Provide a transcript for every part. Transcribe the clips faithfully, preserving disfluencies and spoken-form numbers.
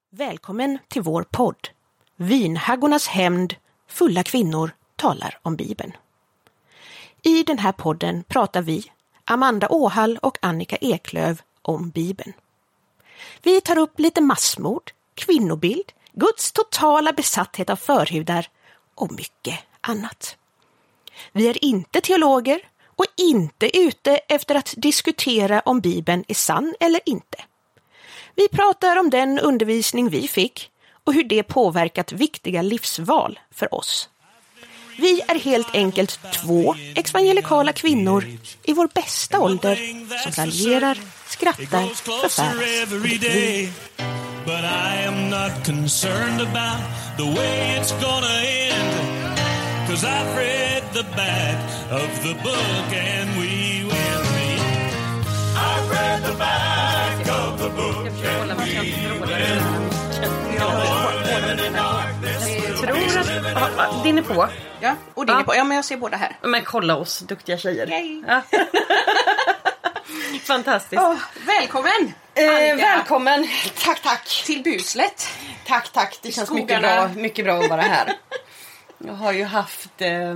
Välkommen till vår podd. Vinhaggornas hämnd, fulla kvinnor talar om Bibeln. I den här podden pratar vi, Amanda Åhall och Annika Eklöf, om Bibeln. Vi tar upp lite massmord, kvinnobild, Guds totala besatthet av förhudar och mycket annat. Vi är inte teologer och inte ute efter att diskutera om Bibeln är sann eller inte. Vi pratar om den undervisning vi fick och hur det påverkat viktiga livsval för oss. Vi är helt enkelt två evangelikala kvinnor i vår bästa ålder som raljerar, skrattar, förfäras. But I am not concerned about the way it's gonna end, 'cause I've read the back of the book and we will meet. I've read the back of the book and we will meet. Tror att din är på. Ja, och din ja. är på. Ja, men jag ser båda här. Men kolla oss, duktiga tjejer. Ja. Fantastiskt. Oh, välkommen! Eh, välkommen. Tack, tack. Till Buslet. Tack, tack. Det känns mycket bra, mycket bra att vara här. Jag har ju haft... Eh,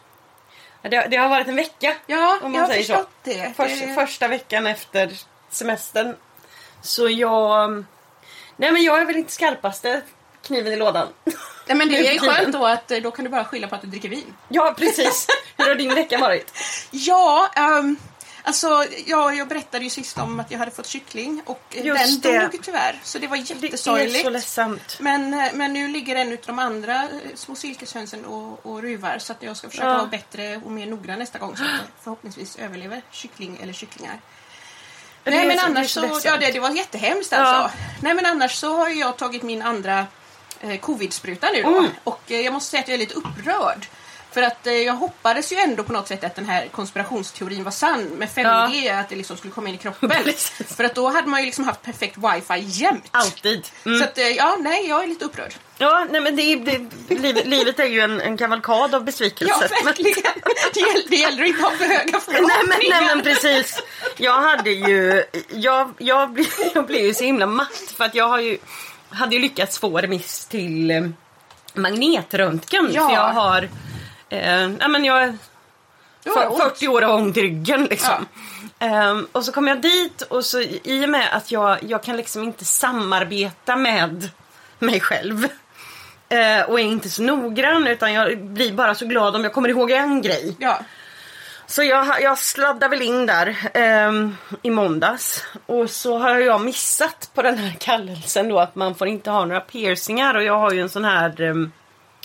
det, det har varit en vecka. Ja, om man jag har säger förstått så. det. Först, det. Första veckan efter semestern. Så jag... Nej, men jag är väl inte skarpaste kniven i lådan. Nej, men det är skönt då att då kan du bara skylla på att du dricker vin. Ja, precis. Hur har din vecka varit? Ja, um, alltså ja, jag berättade ju sist om att jag hade fått kyckling och Just den det. dog tyvärr. Så det var jättesorgligt. Det är så ledsamt. Men, men nu ligger en utav de andra små silkeshönsen och, och ruvar så att jag ska försöka Ja. vara bättre och mer noggrann nästa gång så att jag förhoppningsvis överlever kyckling eller kycklingar. Det Nej, är men så- annars det är så så, ledsamt. ja det, det var jättehemskt Ja. alltså. Nej, men annars så har jag tagit min andra eh, covid-spruta nu då. Mm. Och eh, jag måste säga att jag är lite upprörd. För att eh, jag hoppades ju ändå på något sätt att den här konspirationsteorin var sann med fem G, att det liksom skulle komma in i kroppen. Precis. För att då hade man ju liksom haft perfekt wifi jämt. Alltid. Mm. Så att eh, ja, nej, jag är lite upprörd. Ja, nej men det, är- det, livet, livet är ju en, en kavalkad av besvikelser. Ja, verkligen. Det gäller, det gäller inte att ha för höga Nej förhoppningar. men, nej men precis. Jag hade ju jag, jag, blev, jag blev ju så himla matt för att jag har ju hade ju lyckats få remiss till eh, magnetröntgen. Ja. För jag har eh, ja, men jag Du har för, ont. fyrtio år av ont i ryggen liksom. Ehm, och så kom jag dit och så i och med att jag, jag kan liksom inte samarbeta med mig själv. Eh, och är inte så noggrann utan jag blir bara så glad om jag kommer ihåg en grej. Ja. Så jag, jag sladdade väl in där ehm, i måndags. Och så har jag missat på den här kallelsen då att man får inte ha några piercingar. Och jag har ju en sån här ehm,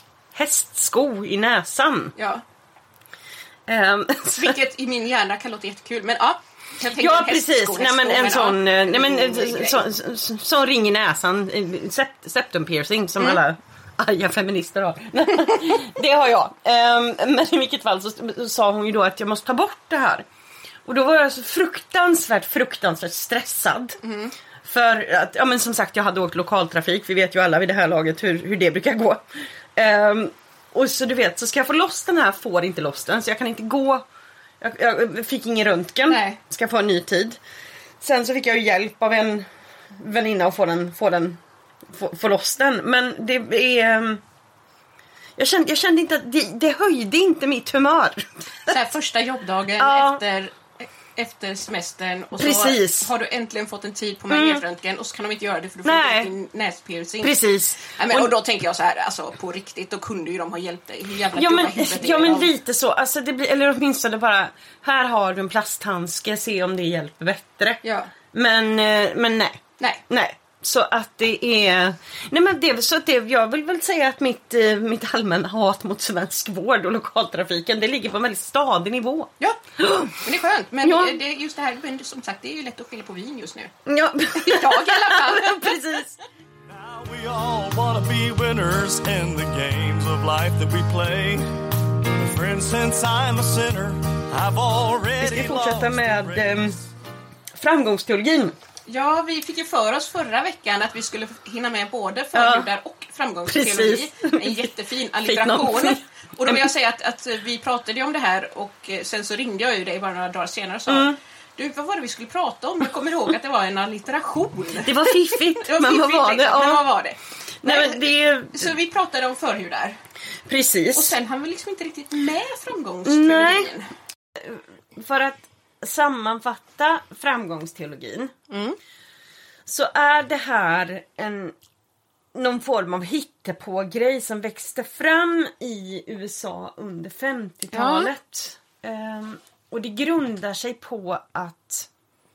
hästsko i näsan. Ja. Ehm, så- Vilket i min hjärna kan låta jättekul. Men ja, jag tänker Ja en hästsko, precis, nej men hästsko, en sån, ja, eh, nej men det är en eh, grej. så, så, så, så ring i näsan, eh, sept, septum piercing som Mm. alla arga feminister har. Det har jag. Ehm, men i vilket fall så, så sa hon ju då att jag måste ta bort det här. Och då var jag så fruktansvärt, fruktansvärt stressad. Mm. För att, ja men som sagt jag hade åkt lokaltrafik, vi vet ju alla vid det här laget hur, hur det brukar gå. Ehm, och så du vet, så ska jag få loss den här, får inte loss den, så jag kan inte gå. Jag, jag fick ingen röntgen. Nej. Ska få en ny tid. Sen så fick jag ju hjälp av en väninna att få den, få den, få, få loss den. Men det är... Jag kände, jag kände inte att det, det höjde inte mitt humör. Så här, första jobbdagen Ja. efter, efter semestern och Precis. så har du äntligen fått en tid på magnetröntgen och så kan de inte göra det för du får Nej. inte din näspiercing. Precis. Nej, men, och då tänker jag så här, alltså på riktigt, då kunde ju de ha hjälpt dig. Hur jävla Ja dumma men, huvudet är ja, men de? lite så. Alltså, det blir, eller åtminstone bara, här har du en plasthandske, se om det hjälper bättre. Ja. Men, eh, men nej. Nej. Nej. Så att det är... Nej men det, så att det, jag vill väl säga att mitt, eh, mitt allmänna hat mot svensk vård och lokaltrafiken, det ligger på en väldigt stadig nivå. Ja, men det är skönt. Men Ja. det, just det här, men som sagt, det är ju lätt att skilja på vin just nu. Ja, Jag i alla fall. precis. Now we all wanna be winners in the games of life that we play. But friends, since I'm a sinner, I've already Vi ska fortsätta lost med the race. eh, framgångsteologin. Ja, vi fick ju för oss förra veckan att vi skulle hinna med både förhudar och framgångsteologi. Precis. En jättefin alliteration. namn. Och då vill jag säga att, att vi pratade ju om det här och eh, sen så ringde jag ju dig bara några dagar senare och sa Mm. Du, vad var det vi skulle prata om? Jag kommer ihåg att det var en allitteration. Det var fiffigt, det var men fiffigt, vad var det? Ja. Men vad var det? Nej, men det... Så vi pratade om förhudar. Precis. Och sen har vi liksom inte riktigt med framgångsteologin. Nej. För att sammanfatta framgångsteologin mm. så är det här en någon form av hittepå-grej som växte fram i U S A under femtiotalet. Ja. Um, och det grundar sig på att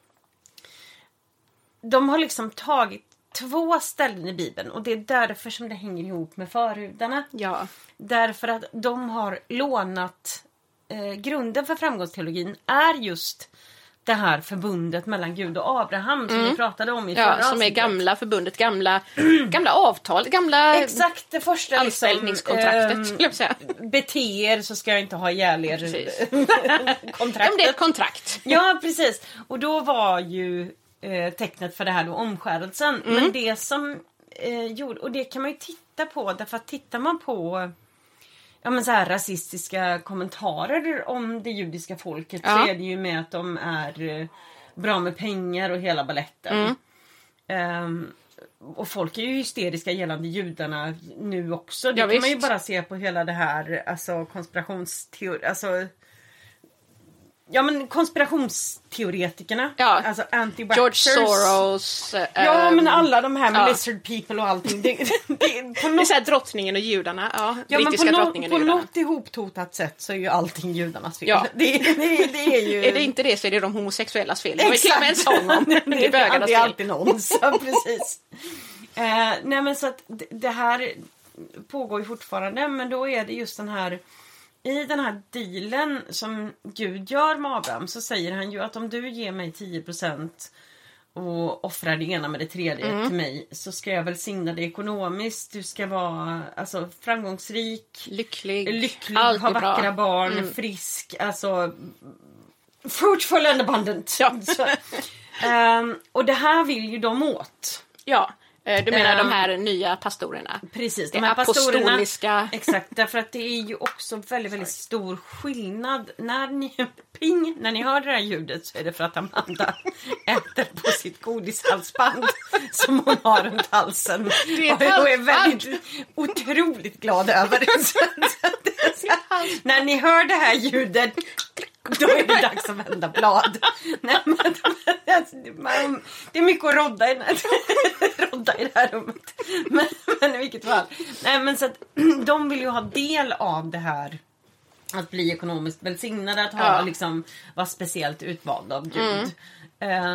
de har liksom tagit två ställen i Bibeln och det är därför som det hänger ihop med förhudarna. Ja. Därför att de har lånat eh, grunden för framgångsteologin är just det här förbundet mellan Gud och Abraham som mm. vi pratade om i förra Ja, som avsnittet. Är gamla förbundet, gamla, gamla avtal, gamla exakt, det första anställningskontraktet. Liksom, eh, beter så ska jag inte ha ihjäl er kontraktet. Ja, det är ett kontrakt. Ja, precis. Och då var ju eh, tecknet för det här då omskärelsen. Mm. Men det som eh, gjorde, och det kan man ju titta på, därför att tittar man på ja, men så här rasistiska kommentarer om det judiska folket ja. Så är det ju med att de är bra med pengar och hela balletten. Mm. Um, och folk är ju hysteriska gällande judarna nu också. Det ja, kan visst. Man ju bara se på hela det här alltså konspirationsteori, alltså ja men konspirationsteoretikerna ja. Alltså anti-vaxxers George Soros um, ja men alla de här med ja. Lizard people och allting det, det, det, på något... det är så här drottningen och judarna ja, ja brittiska men på, drottningen no, och på judarna. Något ihoptotat sätt så är ju allting judarnas fel ja. det, det, det är ju är det inte det så är det de homosexuellas fel. Det var ju till och med en sång om det, det är bögarnas fel. Det är alltid någon så precis uh, nej men så att det, det här pågår ju fortfarande men då är det just den här i den här dealen som Gud gör med Abraham så säger han ju att om du ger mig tio procent och offrar det ena med det tredje mm. till mig så ska jag välsigna dig ekonomiskt. Du ska vara alltså, framgångsrik, lycklig, lycklig ha vackra bra. barn, mm. frisk, alltså fruitful and abundant. Ja. Så, um, och det här vill ju de åt. Ja. Du menar um, de här nya pastorerna? Precis, de här apostoliska... pastorerna. Exakt, därför att det är ju också väldigt, väldigt stor skillnad. När ni, ping, när ni hör det här ljudet så är det för att Amanda äter på sitt godishalsband som hon har runt halsen. Det är och jag är väldigt otroligt glad över. så, så, så, när ni hör det här ljudet då är det dags att vända blad. Nej, men, man, det är mycket att rodda i, rodda i det här rummet. Men, men i vilket fall. Nej, men så att, de vill ju ha del av det här. Att bli ekonomiskt välsignade. Att ha, ja. liksom, vara speciellt utvald av Gud. Mm. Eh,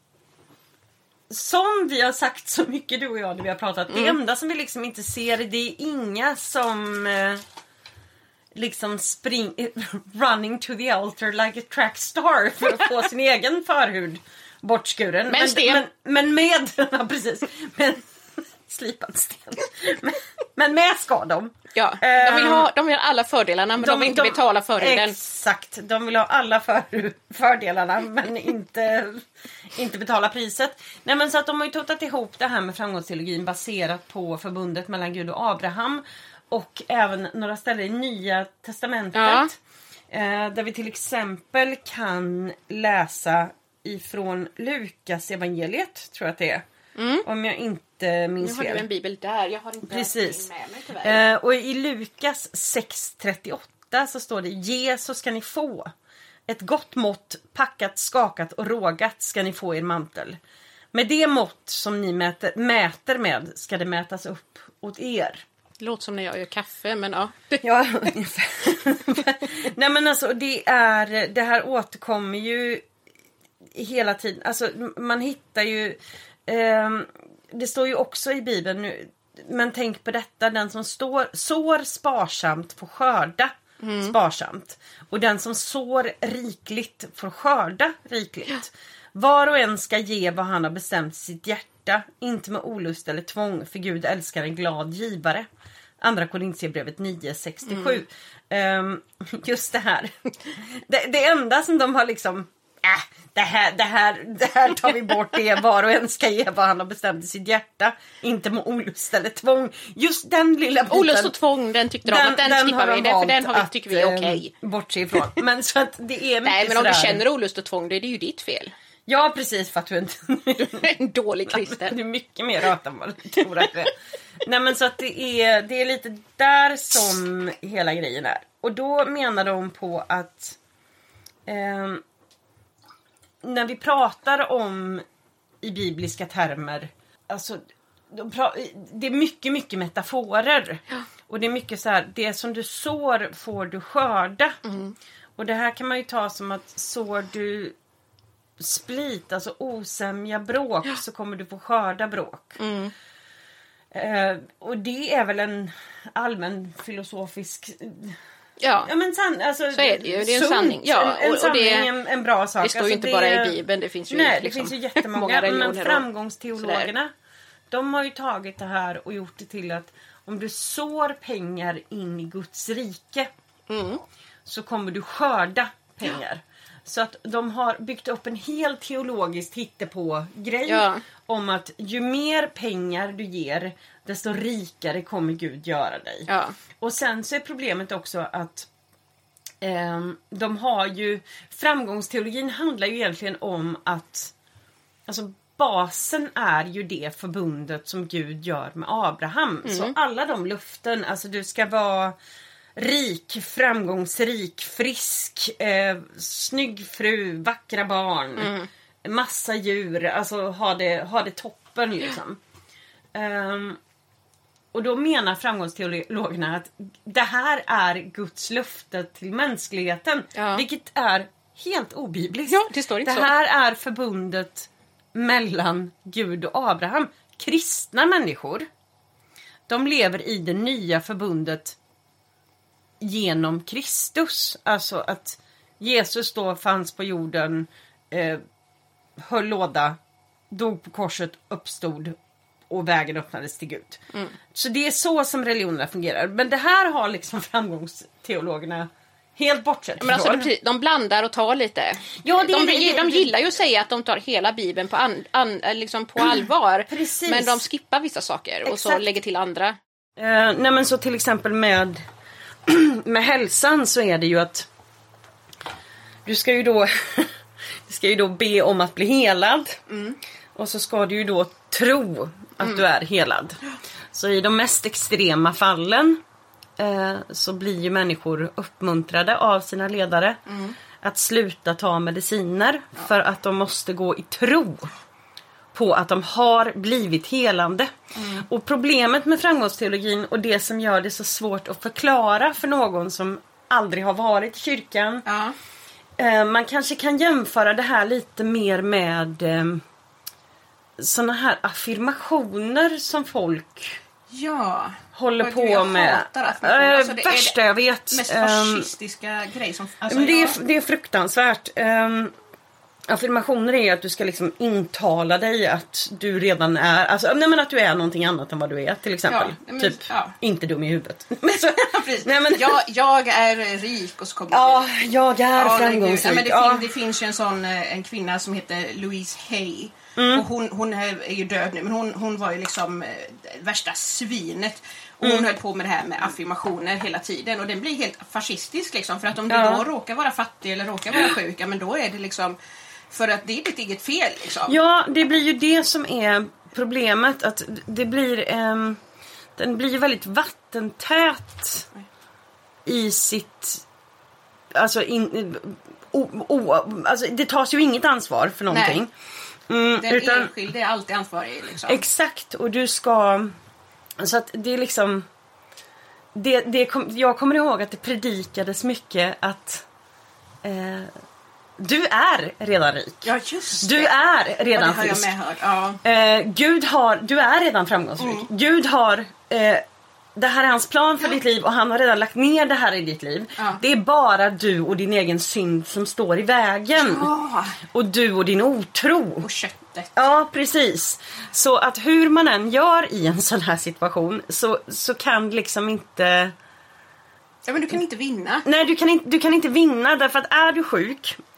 som vi har sagt så mycket du och jag när vi har pratat. Mm. Det enda som vi liksom inte ser det är inga som... Eh, liksom spring running to the altar like a track star för att få sin egen förhud bortskuren. Men, men, men, men med ja, precis. Men slipad sten. Men, men med ska de. Ja, de vill ha de vill ha alla fördelarna men de, de vill inte de, betala förhuden. Exakt. De vill ha alla för, fördelarna men inte inte betala priset. Nej men så att de har ju totat ihop det här med framgångsteologin baserat på förbundet mellan Gud och Abraham. Och även några ställen i Nya testamentet. Ja. Eh, där vi till exempel kan läsa ifrån Lukas evangeliet, tror jag att det är. Mm. Om jag inte minns fel. Nu har du en bibel där, jag har inte Precis. med mig tyvärr. Eh, och i Lukas sex trettioåtta så står det: Jesus ska ni få. Ett gott mått, packat, skakat och rågat ska ni få er mantel. Med det mått som ni mäter, mäter med ska det mätas upp åt er. Det låter som när jag gör kaffe, men ja. Ja, nej men alltså det är, det här återkommer ju hela tiden. Alltså man hittar ju, eh, det står ju också i Bibeln nu, men tänk på detta, den som står, sår sparsamt får skörda mm. sparsamt. Och den som sår rikligt får skörda rikligt. Ja. Var och en ska ge vad han har bestämt sitt hjärta, inte med olust eller tvång, för Gud älskar en glad givare. Andra Korintierbrevet nio sextiosju. Mm. Um, just det här. Det, det enda som de har liksom Äh, det här, det här, det här tar vi bort. Det var och en ska ge vad han har bestämt i sitt hjärta. Inte med olust eller tvång. Just den lilla biten. Olust och tvång, den tyckte de den, att den, den skippar vi. Den, för den har vi, tycker vi är okej. Okay. Bortse ifrån. Men så att det är mycket. Nej, men om sådär. du känner olust och tvång, då är det ju ditt fel. Ja, precis, för att du inte... en dålig kristen. Du är mycket mer röt än vad du tror att du är. Nej, men så att det är, det är lite där som hela grejen är. Och då menar de på att eh, när vi pratar om i bibliska termer, alltså de pra- det är mycket, mycket metaforer. Ja. Och det är mycket så här, det som du sår får du skörda. Mm. Och det här kan man ju ta som att sår du split, alltså osämja, bråk, ja. Så kommer du få skörda bråk. Mm. Eh, och det är väl en allmän filosofisk... Ja, ja men san, alltså, så är det ju. Det är en sanning. Ja, en, en och, sanning, och det, en, en bra sak. Det står ju alltså, inte det, bara i Bibeln, det finns ju nej, liksom det finns ju jättemånga. Men framgångsteologerna, de har ju tagit det här och gjort det till att om du sår pengar in i Guds rike, mm. så kommer du skörda pengar. Så att de har byggt upp en helt teologiskt hittepå-grej, ja. Om att ju mer pengar du ger, desto rikare kommer Gud göra dig. Ja. Och sen så är problemet också att eh, de har ju... Framgångsteologin handlar ju egentligen om att... Alltså basen är ju det förbundet som Gud gör med Abraham. Mm. Så alla de luften, alltså du ska vara... rik, framgångsrik, frisk, eh, snygg fru, vackra barn, mm. massa djur, alltså ha det, ha det toppen liksom. Um, och då menar framgångsteologerna att det här är Guds löfte till mänskligheten, ja. Vilket är helt obibliskt. Ja, det står inte det här är förbundet mellan Gud och Abraham. Kristna människor, de lever i det nya förbundet genom Kristus. Alltså att Jesus då fanns på jorden, eh, höll låda, dog på korset, uppstod och vägen öppnades till Gud. Mm. Så det är så som religionerna fungerar. Men det här har liksom framgångsteologerna helt bortsett men alltså, de, de blandar och tar lite. Ja, det, de, det, de, de gillar ju att säga att de tar hela Bibeln på, an, an, liksom på allvar. Precis. Men de skippar vissa saker. Exakt. Och så lägger till andra. Eh, nej men så till exempel med med hälsan så är det ju att du ska ju då du ska ju då be om att bli helad. Mm. Och så ska du ju då tro att mm. du är helad. Så i de mest extrema fallen eh, så blir ju människor uppmuntrade av sina ledare mm. att sluta ta mediciner, ja. För att de måste gå i tro på att de har blivit helande. Mm. Och problemet med framgångsteologin och det som gör det så svårt att förklara för någon som aldrig har varit i kyrkan. Ja. Eh, man kanske kan jämföra det här lite mer med eh, såna här affirmationer som folk ja. håller och på jag med. Alltså, det värsta jag vet. Mest fascistiska um, grej som... Alltså, det, är, jag... det är fruktansvärt. Um, affirmationer är att du ska liksom intala dig att du redan är, alltså nej men att du är någonting annat än vad du är, till exempel. Ja, men, typ ja. Inte dum i huvudet. så, nej, men, jag, jag är rik och så kommer ja, jag är ja, framgångsrik. Ja, men det, ja. fin, det finns ju en sån en kvinna som heter Louise Hay. Mm. Och hon, hon är, är ju död nu, men hon, hon var ju liksom eh, värsta svinet. Och hon mm. höll på med det här med affirmationer hela tiden. Och den blir helt fascistisk liksom. För att om du ja. då råkar vara fattig eller råkar vara sjuk, ja, men då är det liksom... För att det är ditt eget fel liksom. Ja, det blir ju det som är problemet. Att det blir... Um, den blir väldigt vattentät i sitt... Alltså, in, o, o, alltså det tas ju inget ansvar för någonting. Mm, den utan, enskilde är alltid ansvarig liksom. Exakt, och du ska... Så att det är liksom... Det, det kom, jag kommer ihåg att det predikades mycket att... Eh, du är redan rik. Ja, just det. Du är redan ja, frisk. Ja. Eh, Gud har, du är redan framgångsrik. Mm. Gud har... Eh, det här är hans plan för ja. ditt liv och han har redan lagt ner det här i ditt liv. Ja. Det är bara du och din egen synd som står i vägen. Ja. Och du och din otro. Och köttet. Ja, precis. Så att hur man än gör i en sån här situation så, så kan liksom inte... Ja, men du kan inte vinna. Nej, du kan inte, du kan inte vinna därför att är du sjuk...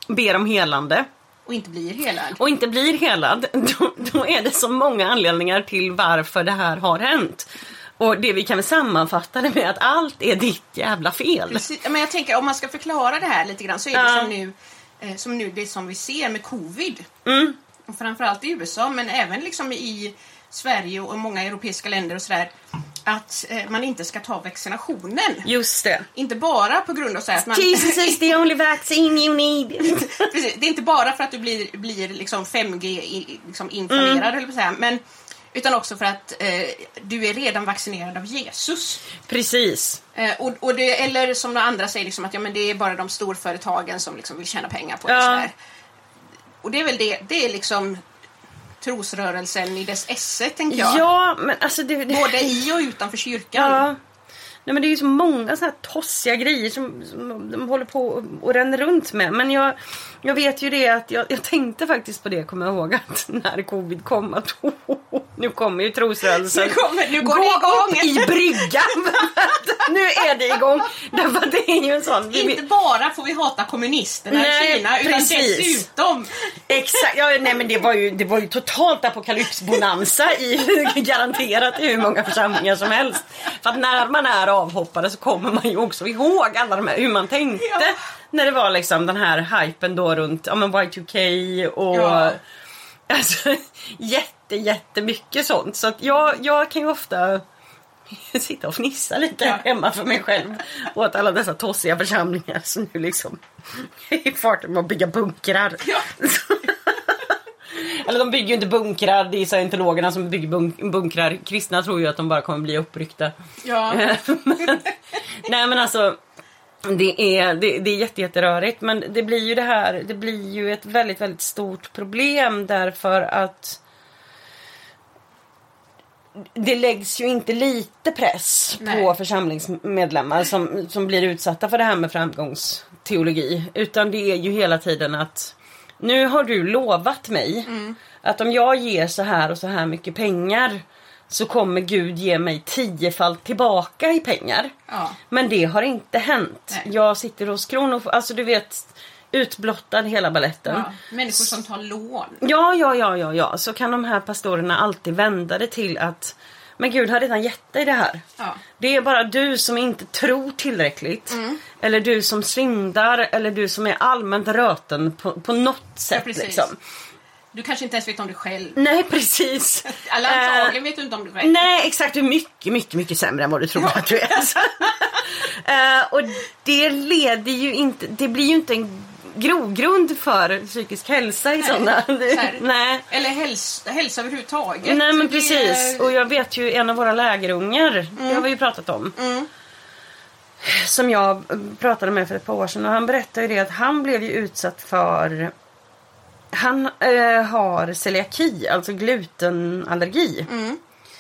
ber om helande och inte blir helad. Och inte blir helad, då, då är det så många anledningar till varför det här har hänt. Och det vi kan sammanfatta det med att allt är ditt jävla fel. Precis. Men jag tänker, om man ska förklara det här lite grann, så är det Ja. som nu, eh, som nu det som vi ser med covid. Mm. Och framförallt i U S A, men även liksom i Sverige och många europeiska länder och sådär, att eh, man inte ska ta vaccinationen. Just det. Inte bara på grund av så här att man... Jesus is the only vaccine you need. Precis, det är inte bara för att du blir, blir liksom fem G i, liksom inflammerad, Mm. eller på så här, men utan också för att eh, du är redan vaccinerad av Jesus. Precis. Eh, och, och det, eller som några andra säger, liksom att ja, men det är bara de storföretagen som liksom vill tjäna pengar på det. Ja. Så här. Och det är väl det, det är liksom trosrörelsen i dess esse, tänker jag. Ja, men alltså det, det... Både i och utanför kyrkan. Ja. Nej, men det är ju så många så här tossiga grejer som, som de håller på och, och ränner runt med. Men jag, jag vet ju det att jag, jag tänkte faktiskt på det, kommer jag ihåg, att när covid kom att oh, oh, oh, nu kommer ju trosrörelsen. Nu, kommer, nu går Gå det igång. upp i bryggan. Nu är det igång. Därför att det är ju en sån... Inte bara får vi hata kommunisterna Nej, i Kina, utan precis. dessutom. Exakt, ja, nej men det var ju, det var ju totalt apokalypsbonanza i garanterat i hur många församlingar som helst. För att när man är avhoppare så kommer man ju också ihåg alla de här, hur man tänkte Ja. när det var liksom den här hypen då runt ja, men Y two K och Ja. alltså jätte, jättemycket sånt. Så att jag, jag kan ju ofta sitta och fnissa lite Ja. hemma för mig själv åt alla dessa tossiga församlingar som nu liksom är i farten med att bygga bunkrar. Ja. Eller de bygger ju inte bunkrar, det är scientologerna som bygger bunk- bunkrar. Kristna tror ju att de bara kommer bli uppryckta. Ja. men, nej men alltså det är, det, det är jätte, jätterörigt. Men det blir ju det här, det blir ju ett väldigt, väldigt stort problem därför att det läggs ju inte lite press Nej. på församlingsmedlemmar som, som blir utsatta för det här med framgångsteologi. Utan det är ju hela tiden att nu har du lovat mig Mm. att om jag ger så här och så här mycket pengar så kommer Gud ge mig tiofalt tillbaka i pengar. Ja. Men det har inte hänt. Nej. Jag sitter hos kronor, alltså du vet, utblottad hela balletten. Ja. Människor som tar lån. Ja, ja, ja, ja, ja. Så kan de här pastorerna alltid vända det till att men Gud har redan gett dig det här. Ja. Det är bara du som inte tror tillräckligt. Mm. Eller du som syndar. Eller du som är allmänt röten på, på något sätt. precis. Liksom. Du kanske inte ens vet om det själv. Nej, precis. Alla antagligen vet du inte om det själv. Nej, exakt. Du är mycket, mycket, mycket sämre än vad du tror att du är. uh, och det leder ju inte... Det blir ju inte en grogrund för psykisk hälsa i Nej, sådana. så här. Nej. Eller hälsa, hälsa överhuvudtaget. Nej, men Det- precis. Och jag vet ju en av våra lägerungar, det har vi ju pratat om. Mm. Som jag pratade med för ett par år sedan. Och han berättade ju det att han blev ju utsatt för... Han eh, har celiaki, alltså glutenallergi. Mm.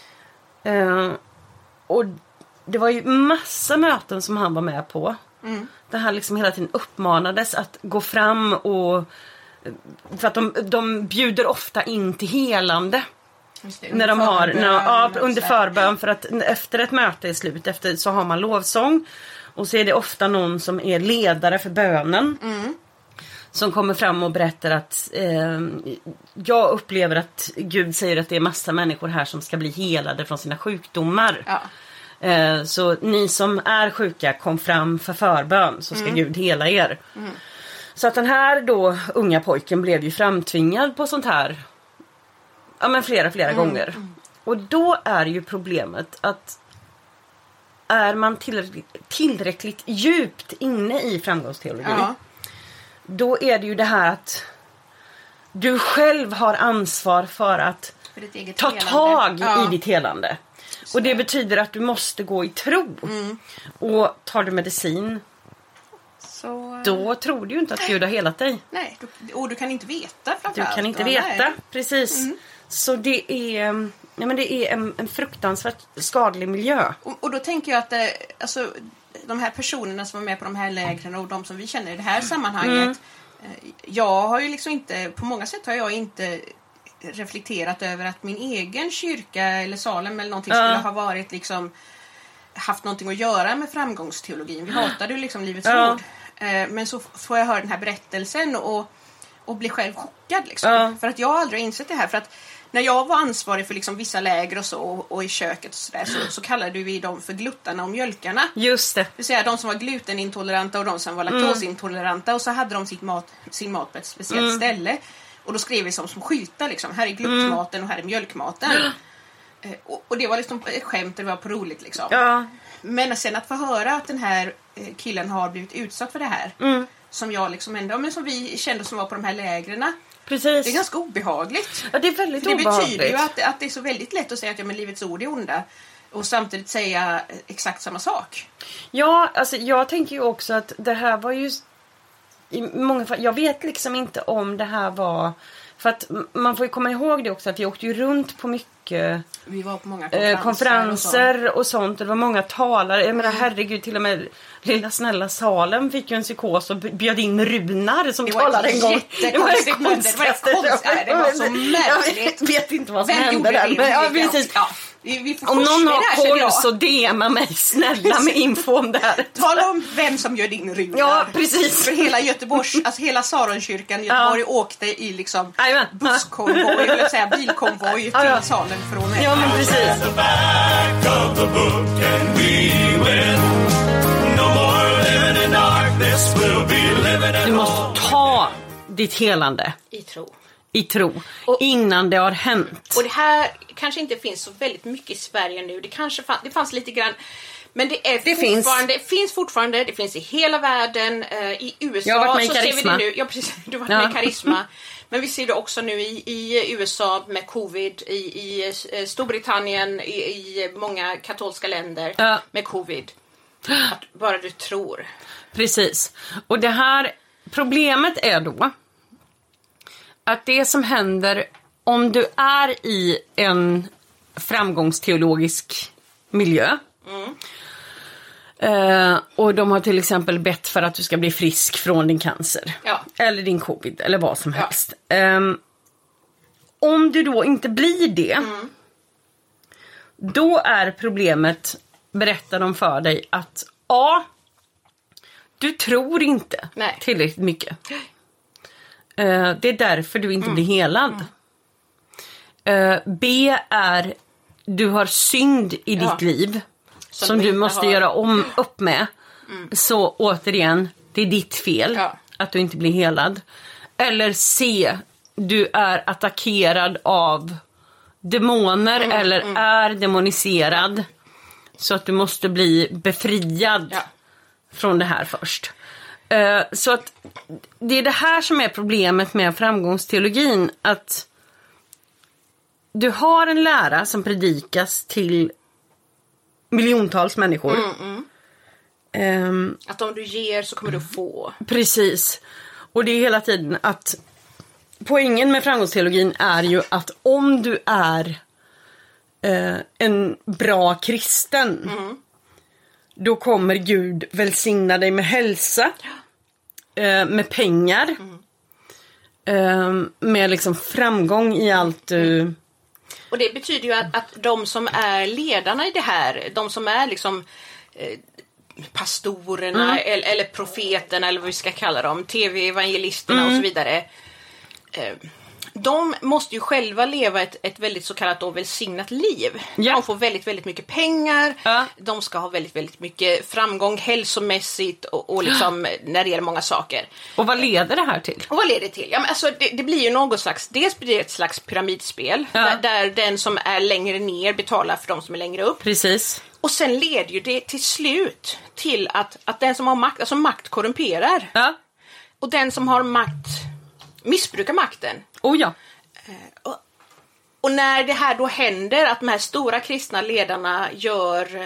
Eh, och det var ju massa möten som han var med på. Mm. Där han liksom hela tiden uppmanades att gå fram och... För att de, de bjuder ofta in till helande. Just det, När de har, förbön när, ja, och under så här. förbön, för att efter ett möte är slut efter, så har man lovsång och så är det ofta någon som är ledare för bönen Mm. som kommer fram och berättar att eh, jag upplever att Gud säger att det är massa människor här som ska bli helade från sina sjukdomar. Ja. Eh, så ni som är sjuka, kom fram för förbön så ska Mm. Gud hela er. Så att den här då unga pojken blev ju framtvingad på sånt här ja, men flera, flera Mm. gånger. Och då är ju problemet att är man tillräckligt, tillräckligt djupt inne i framgångsteologi, Ja. då är det ju det här att du själv har ansvar för att För ditt eget ta helande. tag Ja. i ditt helande. Och det betyder att du måste gå i tro. Mm. Och tar du medicin, Så, då tror du ju inte att Gud har helat dig. nej, du, och du kan inte veta Du framförallt. kan inte Ja, veta, nej. precis. Mm. Så det är, ja, men det är en, en fruktansvärt skadlig miljö. Och, och då tänker jag att eh, alltså, de här personerna som var med på de här lägren och de som vi känner i det här sammanhanget. Mm. Eh, jag har ju liksom inte, på många sätt har jag inte reflekterat över att min egen kyrka eller Salem eller någonting Ja. skulle ha varit liksom haft någonting att göra med framgångsteologin. Vi hatade ju liksom Livets Ja. ord. Eh, men så får jag höra den här berättelsen och, och blir själv chockad. Liksom. Ja. För att jag har aldrig insett det här. För att när jag var ansvarig för liksom vissa läger och så och, och i köket och så, där, så, så kallade vi dem för gluttarna och mjölkarna. Just det. Det vill säga de som var glutenintoleranta och de som var laktosintoleranta. Och så hade de sitt mat, sin mat på ett speciellt mm. ställe. Och då skrev vi som, som skyltar liksom. Här är gluttmaten och här är mjölkmaten. eh, och, och det var liksom ett skämt, det var på roligt liksom. Ja. Men sen att få höra att den här eh, killen har blivit utsatt för det här. Mm. Som jag liksom ändå, men som vi kände som var på de här lägren. Precis. Det är ganska obehagligt. Ja, det är väldigt det obehagligt. Det betyder ju att, att det är så väldigt lätt att säga att ja, men livets ord är onda. Och samtidigt säga exakt samma sak. Ja, alltså jag tänker ju också att det här var ju i många fall, jag vet liksom inte om det här var, för att man får ju komma ihåg det också att vi åkte ju runt på mycket vi var på många konferenser, eh, konferenser och, och sånt och det var många talare, jag menar herregud, till och med lilla snälla Salem fick ju en psykos och bjöd in Runar som talade en gång. Det var det konstigaste. Det var så märkligt. Jag vet inte vad som hände där. Men, ja, precis. Ja. Vi, vi om någon har koll så D M mig snälla med info om det här. Tala om vem som gör din Runar. Ja, precis. För hela Göteborgs, alltså hela Saronkyrkan i Göteborg ja. åkte i liksom Amen. busskonvoj, eller säga bilkonvoj till ja. Salem från mig. Ja, men precis. Du måste ta ditt helande i tro. I tro. Och, innan det har hänt. Och det här kanske inte finns så väldigt mycket i Sverige nu. Det kanske fann, det fanns lite grann. Men det är det fortfarande, finns. finns fortfarande. Det finns i hela världen. Uh, I U S A jag har varit med i så Karisma. ser vi det nu. Ja, precis. Du har varit ja. med i Karisma. Men vi ser det också nu i, i U S A med covid. I, i Storbritannien. I, i många katolska länder ja. med covid. Att bara du tror. Precis. Och det här problemet är då att det som händer om du är i en framgångsteologisk miljö mm. eh, och de har till exempel bett för att du ska bli frisk från din cancer ja. eller din covid eller vad som helst. Ja. Eh, om du då inte blir det mm. då är problemet, berättar de för dig, att A, du tror inte Nej. tillräckligt mycket. Uh, det är därför du inte mm. blir helad. Mm. Uh, B är du har synd i ja. ditt liv som, som du måste har. göra om upp med. Mm. Så återigen, det är ditt fel ja. att du inte blir helad. Eller C, du är attackerad av demoner mm. eller mm. är demoniserad så att du måste bli befriad ja. från det här först. Uh, så att det är det här som är problemet med framgångsteologin, att du har en lära som predikas till miljontals människor. Mm, mm. Um, att om du ger så kommer du få. Precis. Och det är hela tiden att poängen med framgångsteologin är ju att om du är uh, en bra kristen mm. då kommer Gud välsigna dig med hälsa, eh, med pengar, mm. eh, med liksom framgång i allt du... Och det betyder ju att, att de som är ledarna i det här, de som är liksom eh, pastorerna mm. eller, eller profeterna eller vad vi ska kalla dem, tv-evangelisterna mm. och så vidare, eh, de måste ju själva leva ett, ett väldigt så kallat och välsignat liv. Ja. De får väldigt, väldigt mycket pengar. Ja. De ska ha väldigt, väldigt mycket framgång hälsomässigt och, och liksom när det gäller många saker. Och vad leder det här till? Och vad leder det till? Ja, men alltså, det, det blir ju något slags, dels blir det ett slags pyramidspel. Ja. Där, där den som är längre ner betalar för de som är längre upp. Precis. Och sen leder ju det till slut till att, att den som har makt, alltså makt korrumperar. Ja. Och den som har makt missbrukar makten. Oh ja. Och, och när det här då händer, att de här stora kristna ledarna gör...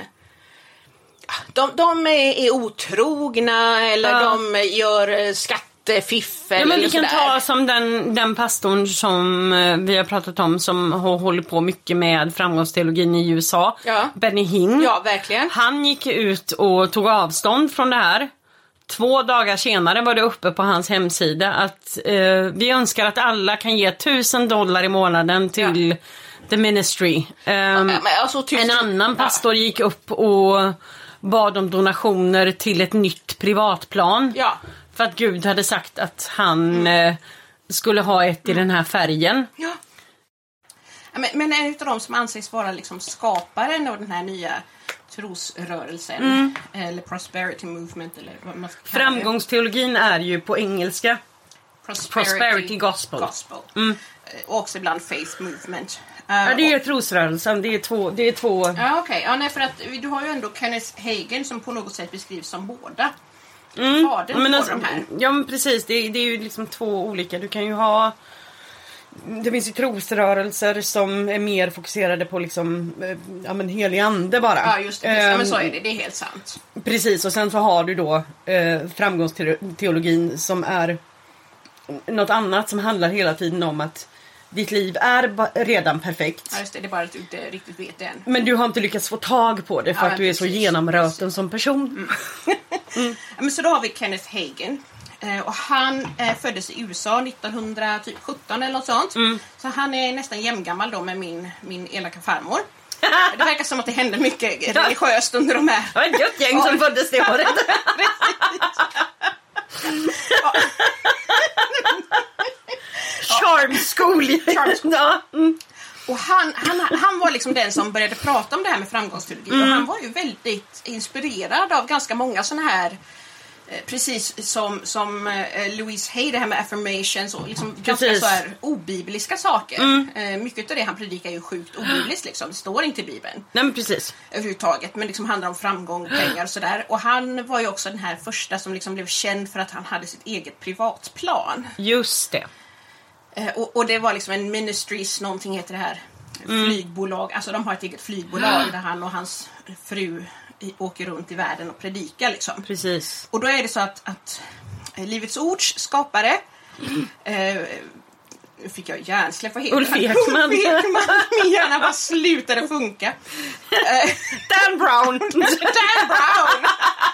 De, de är, är otrogna eller ja. de gör skattefiffel. Ja, men vi eller kan sådär. ta som den, den pastorn som vi har pratat om, som har hållit på mycket med framgångsteologin i U S A. Ja. Benny Hinn. Ja, verkligen. Han gick ut och tog avstånd från det här. Två dagar senare var det uppe på hans hemsida att eh, vi önskar att alla kan ge tusen dollar i månaden till ja. the ministry. Um, ja, men alltså, tusen... En annan pastor ja. gick upp och bad om donationer till ett nytt privatplan. Ja. För att Gud hade sagt att han mm. eh, skulle ha ett i den här färgen. Ja. Men, men en av de som anses vara liksom skaparen av den här nya trosrörelsen mm. eller prosperity movement eller vad man ska kalla det. Framgångsteologin är ju på engelska prosperity, prosperity gospel. gospel. Mm. Och också ibland faith movement. Ja, det är och, trosrörelsen. Det är två... Det är två... Ja, okej. Okay. Ja, nej, för att du har ju ändå Kenneth Hagin som på något sätt beskrivs som båda. Mm. Fadern men på alltså, de här. Ja, men precis. Det är, det är ju liksom två olika. Du kan ju ha... Det finns ju trosrörelser som är mer fokuserade på liksom, ja men helig ande bara. Ja, just det. Ja, men så är det. Det är helt sant. Precis, och sen så har du då eh, framgångsteologin som är något annat som handlar hela tiden om att ditt liv är ba- redan perfekt. Ja, just det. Det är bara att du inte riktigt vet det än. Men du har inte lyckats få tag på det för ja, att du är precis. så genomröten som person. Mm. mm. Ja, men så då har vi Kenneth Hagin. Och han eh, föddes i U S A nittonhundrasjutton eller något sånt. Mm. Så han är nästan jämngammal då med min, min elaka farmor. Det verkar som att det hände mycket religiöst under de här... Det var ett gött gäng som föddes det året. Charm school. Charm school. Ja. Mm. Och han, han, han var liksom den som började prata om det här med framgångsteologi. Mm. Och han var ju väldigt inspirerad av ganska många såna här... Precis som, som uh, Louise Hay, det här med affirmations och liksom ganska så här obibliska saker. Mm. Uh, mycket av det han predikar är ju sjukt obibliskt liksom. Det står inte i Bibeln. Nej, men precis. Överhuvudtaget, men liksom handlar om framgång, pengar och sådär. Och han var ju också den här första som liksom blev känd för att han hade sitt eget privatplan. Just det. Uh, och, och det var liksom en ministries, någonting heter det här. Mm. Flygbolag, alltså de har ett eget flygbolag där han och hans fru åker runt i världen och predikar liksom. Precis. Och då är det så att, att Livets Ords skapare mm. eh, nu fick jag hjärnsläpp, vad heter Ulf Ekman. Ulf Ekman. Min hjärna bara slutade funka. Dan Brown. Dan Brown.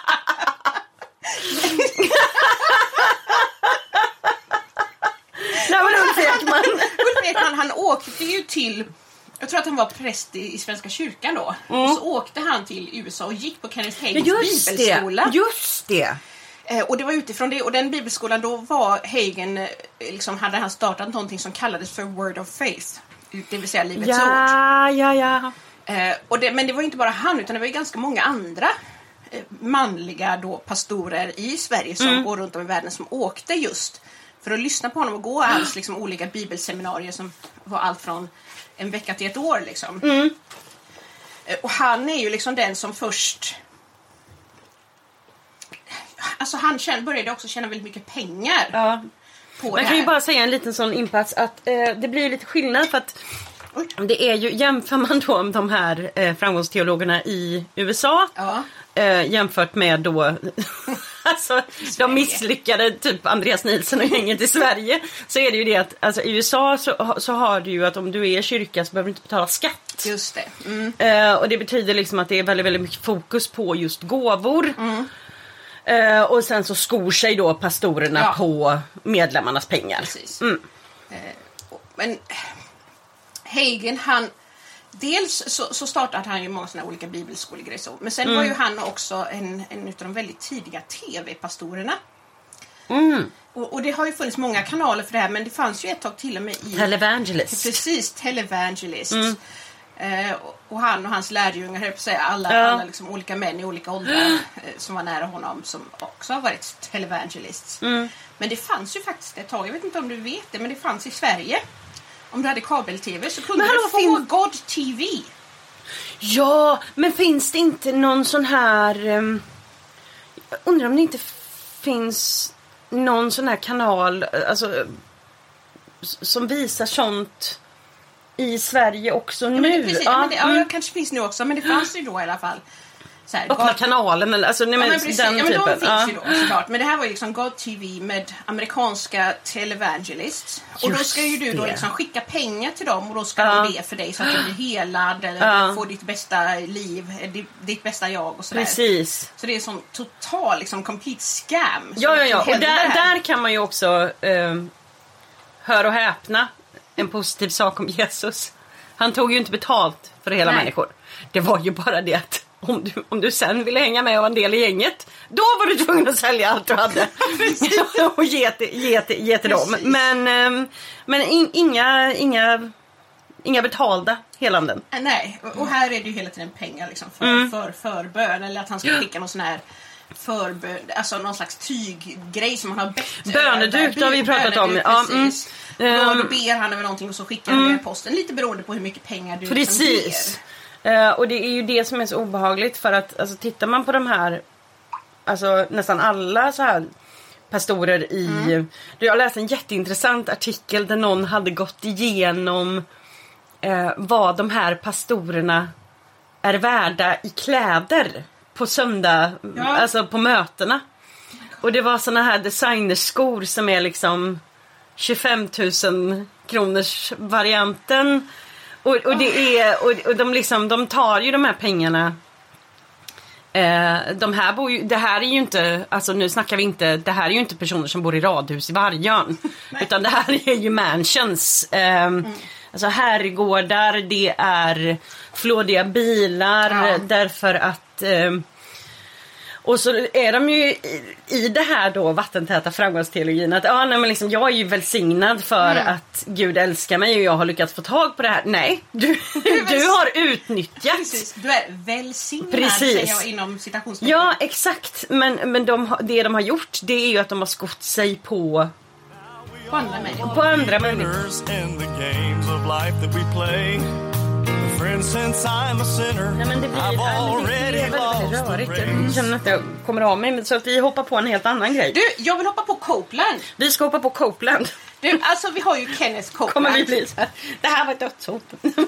Nej, men Ulf Ekman. Ulf Ekman, han åkte ju till... Jag tror att han var präst i, i Svenska kyrkan då. Mm. Och så åkte han till U S A och gick på Kenneth Hagins ja, bibelskola. Det. Just det. Eh, och det var utifrån det. Och den bibelskolan då var Hagin, eh, liksom hade han startat någonting som kallades för Word of Faith. Det vill säga Livets ja, Ord. Ja, ja, eh, och det, men det var inte bara han, utan det var ju ganska många andra eh, manliga då pastorer i Sverige som mm. går runt om i världen som åkte just för att lyssna på honom och gå hans liksom, olika bibelseminarier som var allt från en vecka till ett år liksom. Mm. Och han är ju liksom den som först... Alltså han känner, började också tjäna väldigt mycket pengar. Ja. På Man det kan här. ju bara säga en liten sån inpass att eh, det blir lite skillnad för att det är ju, jämför man då med de här eh, framgångsteologerna i U S A ja. eh, jämfört med då alltså de misslyckade typ Andreas Nilsson och gänget i Sverige, så är det ju det att alltså, i U S A så, så har du ju att om du är kyrka så behöver du inte betala skatt. Just det. Mm. Eh, och det betyder liksom att det är väldigt, väldigt mycket fokus på just gåvor. Mm. Uh, och sen så skor sig då pastorerna ja. på medlemmarnas pengar. Precis. Mm. Uh, men Hagin, han dels så, så startade han ju många såna olika bibelskolegrejer. Men sen mm. var ju han också en, en av de väldigt tidiga tv-pastorerna. Mm. Och, och det har ju funnits många kanaler för det här, men det fanns ju ett tag till och med i... Televangelist. Precis, Televangelist. Mm. Eh, och han och hans lärjungar, höll på att säga, alla, ja. alla liksom olika män i olika åldrar eh, som var nära honom, som också har varit televangelists. Mm. Men det fanns ju faktiskt ett tag, jag vet inte om du vet det, men det fanns i Sverige. Om du hade kabel-tv så kunde hallå, du få fin- God T V. Ja, men finns det inte någon sån här... Um, jag undrar om det inte finns någon sån här kanal alltså, som visar sånt... i Sverige också ja, nu. Men det, precis, ja, ja, men det, mm. ja, kanske finns nu också, men det fanns ju då i alla fall. Så här, öppna God... kanalen eller alltså nej, men, ja, men precis, den ja, men typen. de finns ja. ju då såklart. Men det här var ju liksom God T V med amerikanska televangelists. Och just då ska ju du då liksom skicka pengar till dem och då ska ja. de be för dig så att du blir helad eller ja. får ditt bästa liv, ditt, ditt bästa jag och sådär. Precis. Så det är en sån total liksom complete scam. Ja, ja, ja. Och där, där kan man ju också eh, höra och häpna en positiv sak om Jesus. Han tog ju inte betalt för hela Nej. människor. Det var ju bara det att om du, om du sen ville hänga med och vara en del i gänget, då var du tvungen att sälja allt du hade och ge till, ge till, ge till dem. Men, men in, inga, inga, inga betalda helanden. Nej, och här är det ju hela tiden pengar liksom för, mm. för förbön, eller att han ska skicka någon sån här förbön, alltså någon slags tyggrej som han har bett. Böneduk har vi pratat om. Ja, mm. Då, då ber han över någonting och så skickar han mm. det i posten, lite beroende på hur mycket pengar du Precis. Liksom ger. Uh, och det är ju det som är så obehagligt, för att alltså, tittar man på de här, alltså nästan alla så här pastorer i... Mm. Jag läste en jätteintressant artikel där någon hade gått igenom eh, vad de här pastorerna är värda i kläder på söndag, ja. Alltså på mötena. Och det var såna här designerskor som är liksom tjugofem tusen kronors varianten. Och, och det är och, och de liksom de tar ju de här pengarna. Eh, de här bor ju, det här är ju inte, alltså nu snackar vi inte, det här är ju inte personer som bor i radhus i Vargön, utan det här är ju mansions. Eh, mm. Alltså herrgårdar, det är flådiga bilar, ja. Därför att eh, och så är de ju i, i det här då vattentäta framgångsteologin att ja, nej, men liksom, jag är ju välsignad för mm. att Gud älskar mig och jag har lyckats få tag på det här. Nej, du, du, du har utnyttjat. Precis, du är välsignad. Precis. Säger jag inom citationstecken. Ja, exakt. Men, men de, det de har gjort, det är ju att de har skott sig på på andra människor. På andra människor. Nej, men det blir, nej, men det är väldigt, väldigt rörigt. Jag känner att jag kommer av mig, så att vi hoppar på en helt annan grej. Du, jag vill hoppa på Copeland. Vi ska hoppa på Copeland. Du, alltså vi har ju Kenneth Copeland. Kommer vi bli så här, det här var ett dödshot.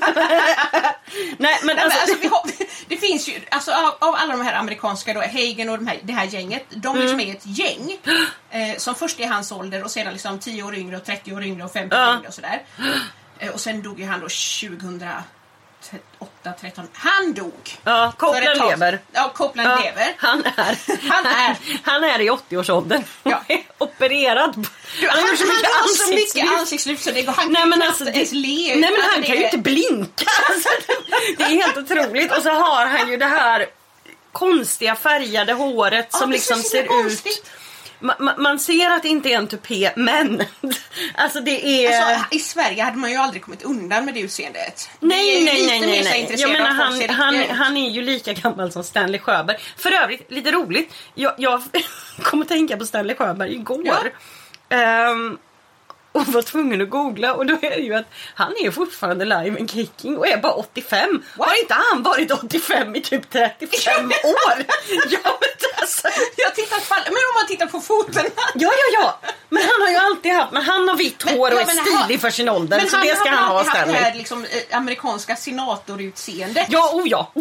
Nej, men alltså, alltså vi har, det finns ju, alltså av, av alla de här amerikanska då, Hagen och de här, det här gänget, de liksom mm. är ett gäng eh, som först är hans ålder och sedan liksom tio år yngre och trettio år yngre och femtio år yngre och sådär. Eh, och sen dog ju han då tjugohundraåtta tretton. Han dog. Ja, Copeland lever. Ja, Copeland ja, lever. Han är. Han är. Han är i åttio-årsåldern. Ja. Opererad. Du, han, han, han, han har så mycket ansiktslyft så det går, han nej, kan men knappt alltså, ens det, le. Nej, men han kan ju inte blinka. Alltså, det är helt otroligt. Och så har han ju det här konstiga färgade håret ja, som liksom ser konstigt. ut... Man, man ser att det inte är en tupé, men alltså det är... Alltså, i Sverige hade man ju aldrig kommit undan med det utseendet. Nej, det nej, nej, nej, nej. Jag menar, han, han, han är ju lika gammal som Stanley Sjöberg. För övrigt, lite roligt. Jag, jag kom att tänka på Stanley Sjöberg igår. Ja. Um, och var tvungen att googla. Och då är det ju att han är fortfarande live and kicking och är bara åttiofem. What? Har inte han varit åttiofem i typ trettiofem år? Ja, men alltså... Jag tittar fall... Men om man tittar på foten... Ja, ja, ja. Men han har ju alltid haft... Men han har vitt hår men, och är ja, stilig för sin ålder. Men så det ska han ha ständigt. Men han har alltid haft det här liksom, amerikanska senatorutseendet. Ja, oh ja.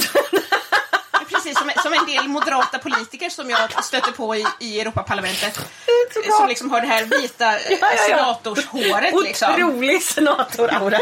Precis som, som en del moderata politiker som jag stöter på i, i Europaparlamentet som liksom har det här vita ja, ja, ja. senatorshåret liksom. Otrolig senatoraura.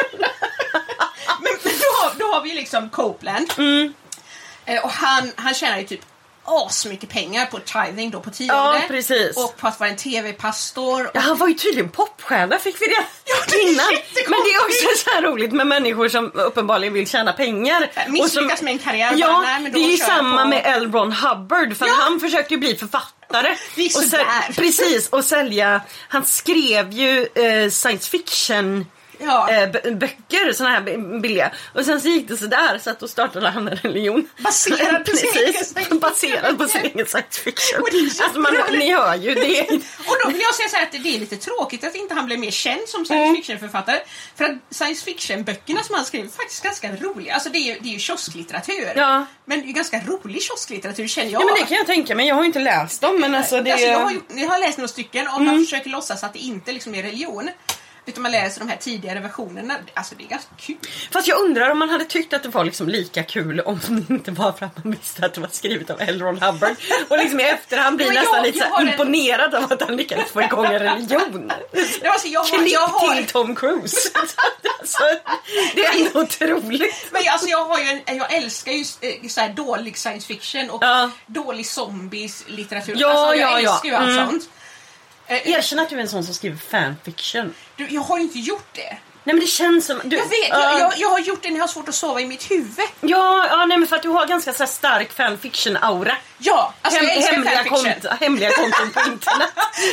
Men, men då, har, då har vi liksom Copeland mm. eh, och han, han tjänar ju typ asmycket pengar på tithing då på tionde. Ja, precis. Och på att vara en tv-pastor. Och... Ja, han var ju tydligen popstjärna, fick vi det ja, innan. Men det är också så här roligt med människor som uppenbarligen vill tjäna pengar. Misslyckas med en karriär. Ja, bara, nej, men då det är ju samma på... med L. Ron Hubbard. För ja. Han försökte ju bli författare. Och säl... Precis, och sälja. Han skrev ju eh, science fiction... Ja. Äh, b- böcker, såna här billiga. Och sen så gick det så där så att då startade han en religion baserad på sin egen baserad på sin egen science fiction. Alltså man, ni hör ju det. Och då vill jag säga så här att det är lite tråkigt att inte han blev mer känd som science fiction-författare. För att science fiction-böckerna som han skrev är faktiskt ganska roliga. Alltså det är ju, det är ju kiosklitteratur. Ja. Men det är ju ganska rolig kiosklitteratur, känner jag. Ja, men det kan jag tänka mig. Jag har ju inte läst dem. Men alltså det... alltså, jag, har ju, jag har läst några stycken och mm. man försöker låtsas att det inte liksom är religion. Utan man läser de här tidigare versionerna. Alltså det är ganska kul. Fast jag undrar om man hade tyckt att det var liksom lika kul om det inte var för att man visste att det var skrivet av L. Ron Hubbard. Och liksom i efterhand blir nästan jag, lite jag så imponerad en... av att han lyckades få igång en religion. Ja, alltså jag har, jag har... till Tom Cruise. Alltså, det är ändå otroligt. Men alltså jag har ju en, jag älskar ju så här dålig science fiction och ja. dålig zombies litteratur. Ja, alltså, jag ja, älskar ja. ju allt mm. sånt. Erkänn att du är en sån som skriver fanfiction. Du, jag har inte gjort det. Nej men det känns som... Du, Jag vet, uh, jag, jag, jag har gjort det när jag har svårt att sova i mitt huvud. Ja, ja nej, men för att du har ganska så här stark fanfiction-aura. Ja, alltså Hem, jag älskar hemliga, fanfiction. kont- hemliga konton på internet.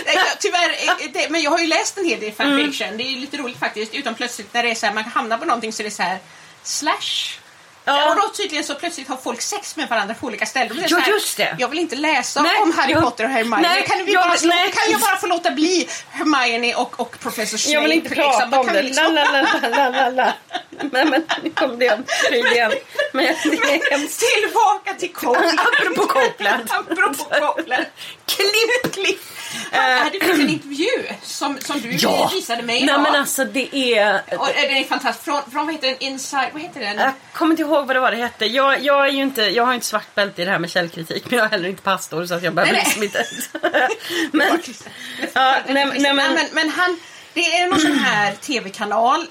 Tyvärr, det, men jag har ju läst en hel del fanfiction. Mm. Det är ju lite roligt faktiskt. Utan plötsligt när det är så här, man hamnar på någonting så är det så här slash. Ja. Och då tydligen så plötsligt har folk sex med varandra på olika ställen. Det jo, här, just det. Jag vill inte läsa nej, om Harry jag, Potter och Hermione. Nej, kan, vi jag, bara slå, nej. kan jag bara få låta bli Hermione och, och Professor Snape? Jag vill inte prata liksom, om det. Liksom... La, la, la, la, la, la. Nej men nu kom det igen. Men det är hemskt. Tillbaka till Copeland. Apropå Copeland. Apropå Copeland. Klipp, klipp. Uh, uh, det finns en intervju som, som du ja. visade mig idag. Nej men alltså det är... Och det är fantastiskt. Från, från vad heter den? Inside, vad heter den? Jag kommer inte ihåg vad det var det hette. Jag, jag är ju inte, jag har inte svart bälte i det här med källkritik. Men jag är heller inte pastor så att jag behöver liksom inte... men, ja, nej, nej, men, men, men han... Det är någon sån här tv-kanal,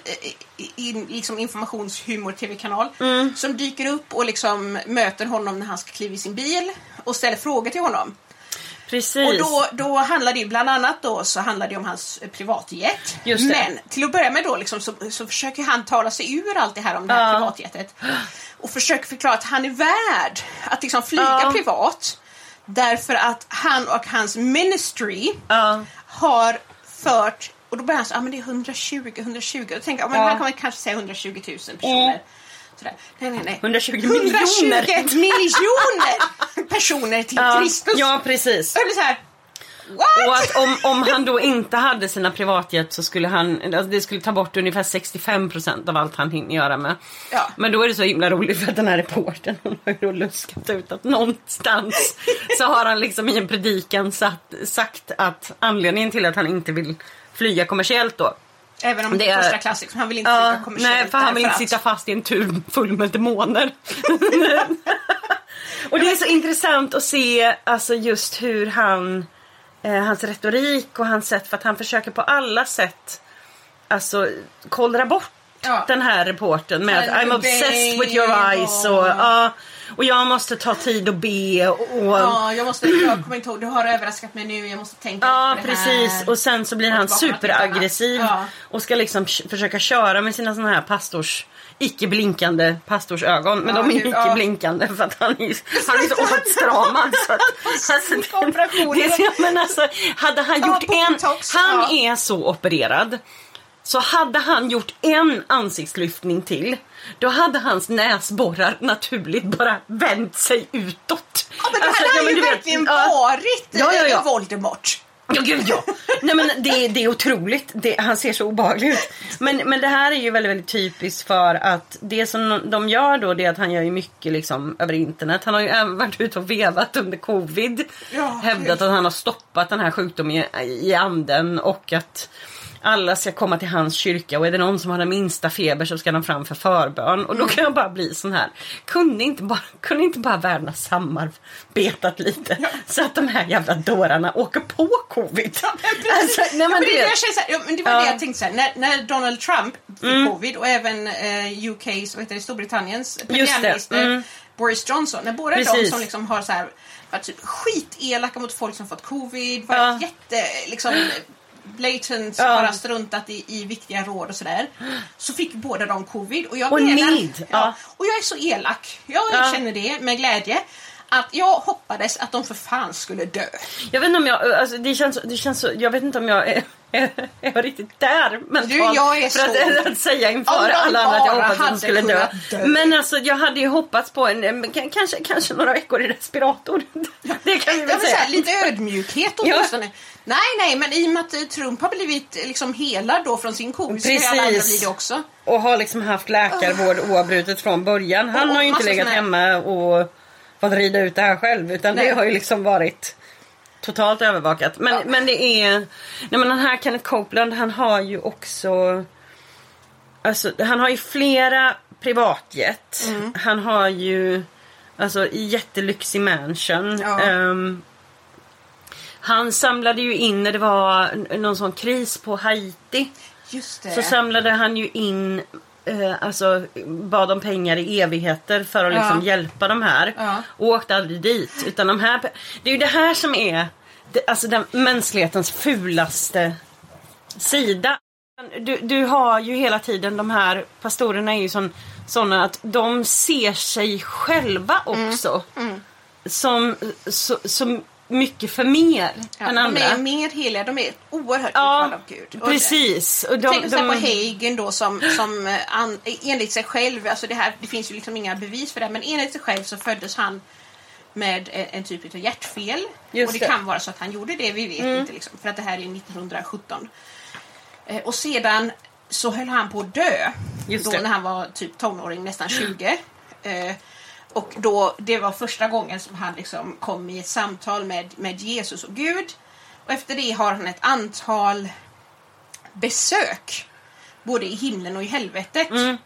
in, liksom informationshumor-tv-kanal mm. som dyker upp och liksom möter honom när han ska kliva i sin bil och ställer frågor till honom. Precis. Och då, då handlar det bland annat då så handlar det om hans privatjet. Just det. Men till att börja med då liksom, så, så försöker han tala sig ur allt det här om det här ja. privatjetet. Och försöker förklara att han är värd att liksom flyga ja. privat. Därför att han och hans ministry ja. har fört... Och då börjar han säga, ah, men det är hundratjugo, hundratjugo. Och tänker, ah, men ja. här kan man kanske säga hundratjugo tusen personer. Mm. Sådär. Nej, nej, nej. hundratjugo miljoner. hundratjugo miljoner personer till ja. Kristus. Ja, precis. Och det blir så här, what? Och att om, om han då inte hade sina privatjet så skulle han, alltså det skulle ta bort ungefär sextiofem procent av allt han hinner göra med. Ja. Men då är det så himla roligt för att den här reportern, hon har ju då luskat ut att någonstans så har han liksom i en predikan satt, sagt att anledningen till att han inte vill flyga kommersiellt då. Även om det är första klass, liksom, han vill inte ja, flyga kommersiellt. Nej, för han vill inte att... sitta fast i en tur full med demoner. Och det är så intressant att se alltså just hur han eh, hans retorik och hans sätt, för att han försöker på alla sätt alltså kollra bort ja. den här reporten med att I'm obsessed with your eyes och ja. Och jag måste ta tid och be och... Ja, jag måste... Jag kommer inte ihåg, du har överraskat mig nu, jag måste tänka ja, på det här. Ja, precis. Och sen så blir han superaggressiv ja. och ska liksom försöka köra med sina såna här pastors... icke-blinkande pastorsögon. Men ja, de är ju ja. icke-blinkande för att han är, han är så åtstramad. Så att, alltså, det, det, men alltså, hade han gjort ja, en... Han ja. är så opererad. Så hade han gjort en ansiktslyftning till, då hade hans näsborrar naturligt bara vänt sig utåt. Ja, men det alltså, hade ja, ju verkligen vet, varit ja, ja, ja. Voldemort. Ja, gud ja. Nej, men det, det är otroligt. Det, han ser så obehaglig ut. Men, men det här är ju väldigt, väldigt typiskt för att det som de gör då, det är att han gör ju mycket liksom över internet. Han har ju även varit ute och vevat under covid. Ja, hävdat att han har stoppat den här sjukdomen i, i anden och att alla ska komma till hans kyrka och är det någon som har den minsta feber så ska de fram för förbön. Och då kan jag bara bli sån här. Kunde inte bara, kunde inte bara världarna samarbetat lite ja. så att de här jävla dårarna åker på covid? Ja, men alltså, nej, men ja, men det, det, jag så här, ja, men det var ja. det jag tänkte så här, när, när Donald Trump fick mm. covid och även eh, U K:s, vad heter det, Storbritanniens premiärminister mm. Boris Johnson, när båda Precis. de som liksom har så här varit typ skitelaka mot folk som fått covid, varit ja. jätte liksom blatant ja. bara struntat i, i viktiga råd och sådär, så fick båda de covid och jag och menar, need. Ja, och jag är så elak, jag ja. känner det med glädje att jag hoppades att de för fan skulle dö. Jag vet inte om jag alltså, det känns det känns så, jag vet inte om jag är, är, är riktigt där mentalt du, jag är för så, att, att säga inför alla andra att jag hoppades att de skulle dö. dö. Men alltså jag hade ju hoppats på en kanske kanske några veckor i respirator. Det kan vi väl säga. Här, lite ödmjukhet åtminstone. Ja. Nej, nej, men i och med att Trump har blivit liksom helad då från sin covid så alla andra blir det också. Och har liksom haft läkarvård uh. oavbrutet från början. Han och, har ju inte legat hemma och fått rida ut det här själv, utan nej. det har ju liksom varit totalt övervakat. Men, ja. men det är... Nej, men den här Kenneth Copeland, han har ju också... Alltså, han har ju flera privatjet. Mm. Han har ju... Alltså, i jättelyxig mansion. Ja. Um, han samlade ju in när det var någon sån kris på Haiti. Just det. Så samlade han ju in... Eh, alltså bad om pengar i evigheter för att ja. liksom hjälpa de här ja. och åkte aldrig dit utan de här, det är ju det här som är det, alltså den mänsklighetens fulaste sida. Du, du har ju hela tiden, de här pastorerna är ju sån, såna att de ser sig själva också mm. Mm. som så, så mycket för mer ja, än de andra. De är mer heliga, de är oerhört ja, utvalda av Gud. Och precis. Och de, Tänk de, de, på Hagen då som, som an, enligt sig själv, alltså det, här, det finns ju liksom inga bevis för det, men enligt sig själv så föddes han med en typ av hjärtfel. Just och det, det kan vara så att han gjorde det, vi vet mm. inte liksom, för att det här är nittonhundrasjutton. Eh, och sedan så höll han på att dö. Just då det. När han var typ tonåring, nästan tjugo. Eh, och då, det var första gången som han liksom kom i ett samtal med, med Jesus och Gud. Och efter det har han ett antal besök. Både i himlen och i helvetet. Mm.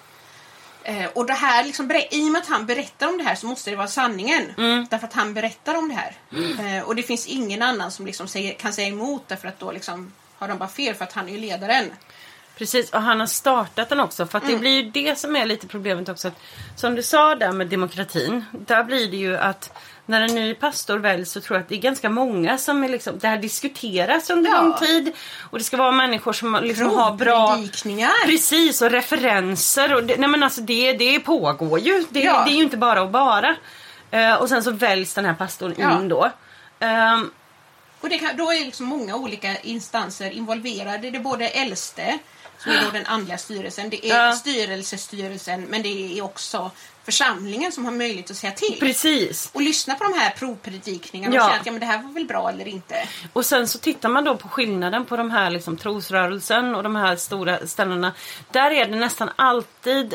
Eh, och det här liksom, i och med att han berättar om det här så måste det vara sanningen. Mm. Därför att han berättar om det här. Mm. Eh, och det finns ingen annan som liksom säger, kan säga emot, därför att då liksom har de bara fel, för att han är ju ledaren. Precis, och han har startat den också. För att mm. det blir ju det som är lite problemet också. Att, som du sa där med demokratin. Där blir det ju att när en ny pastor väljs så tror jag att det är ganska många som är liksom, det här diskuteras under ja. lång tid. Och det ska vara människor som liksom har bra... Precis, och referenser. Och det, nej men alltså det, det pågår ju. Det, ja. det är ju inte bara och bara. Uh, och sen så väljs den här pastorn ja. in då. Um, och det kan, då är liksom många olika instanser involverade. Det är både äldste, som är då den andliga styrelsen. Det är ja. styrelsestyrelsen, men det är också församlingen som har möjlighet att säga till. Precis. Och lyssna på de här provpredikningarna ja. och säga att ja, men det här var väl bra eller inte. Och sen så tittar man då på skillnaden på de här liksom, trosrörelsen och de här stora ställena. Där är det nästan alltid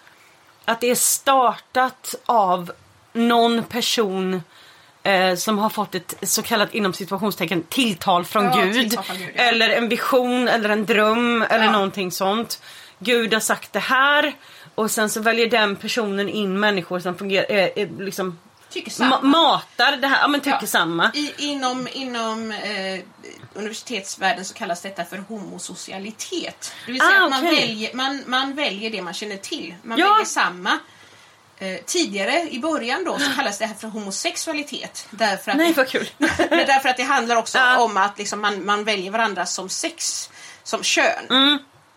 att det är startat av någon person eh, som har fått ett så kallat inom situationstecken tilltal från, ja, Gud, tilltal från Gud. Ja. Eller en vision eller en dröm eller ja. någonting sånt. Gud har sagt det här. Och sen så väljer den personen in människor som fungerar, eh, eh, liksom ma- matar det här, ja men tycker ja. samma. I, inom inom eh, universitetsvärlden så kallas detta för homosocialitet. Det vill säga ah, att man, okay. väljer, man, man väljer det man känner till. Man ja. väljer samma. Eh, tidigare, i början då, så kallas det här för homosexualitet. Därför att, Nej, vad kul. därför att det handlar också ja. om att liksom, man, man väljer varandra som sex, som kön. Mm.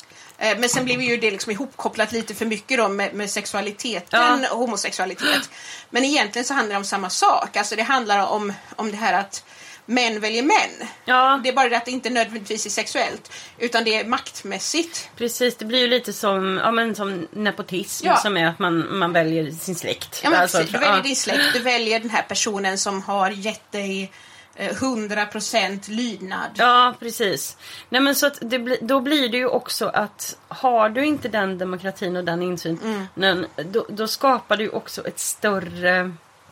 Men sen blev ju det liksom ihopkopplat lite för mycket då med, med sexualiteten ja. och homosexualitet. Men egentligen så handlar det om samma sak. Alltså det handlar om, om det här att män väljer män. Ja. Det är bara det att det inte nödvändigtvis är sexuellt, utan det är maktmässigt. Precis, det blir ju lite som, ja, men som nepotism ja. som är att man, man väljer sin släkt. Ja, men alltså, du väljer ja. din släkt, du väljer den här personen som har gett dig hundra procent lydnad. Ja, precis. Nej, men så att det bli, då blir det ju också att har du inte den demokratin och den insyn, mm. men, då, då skapar du ju också ett större...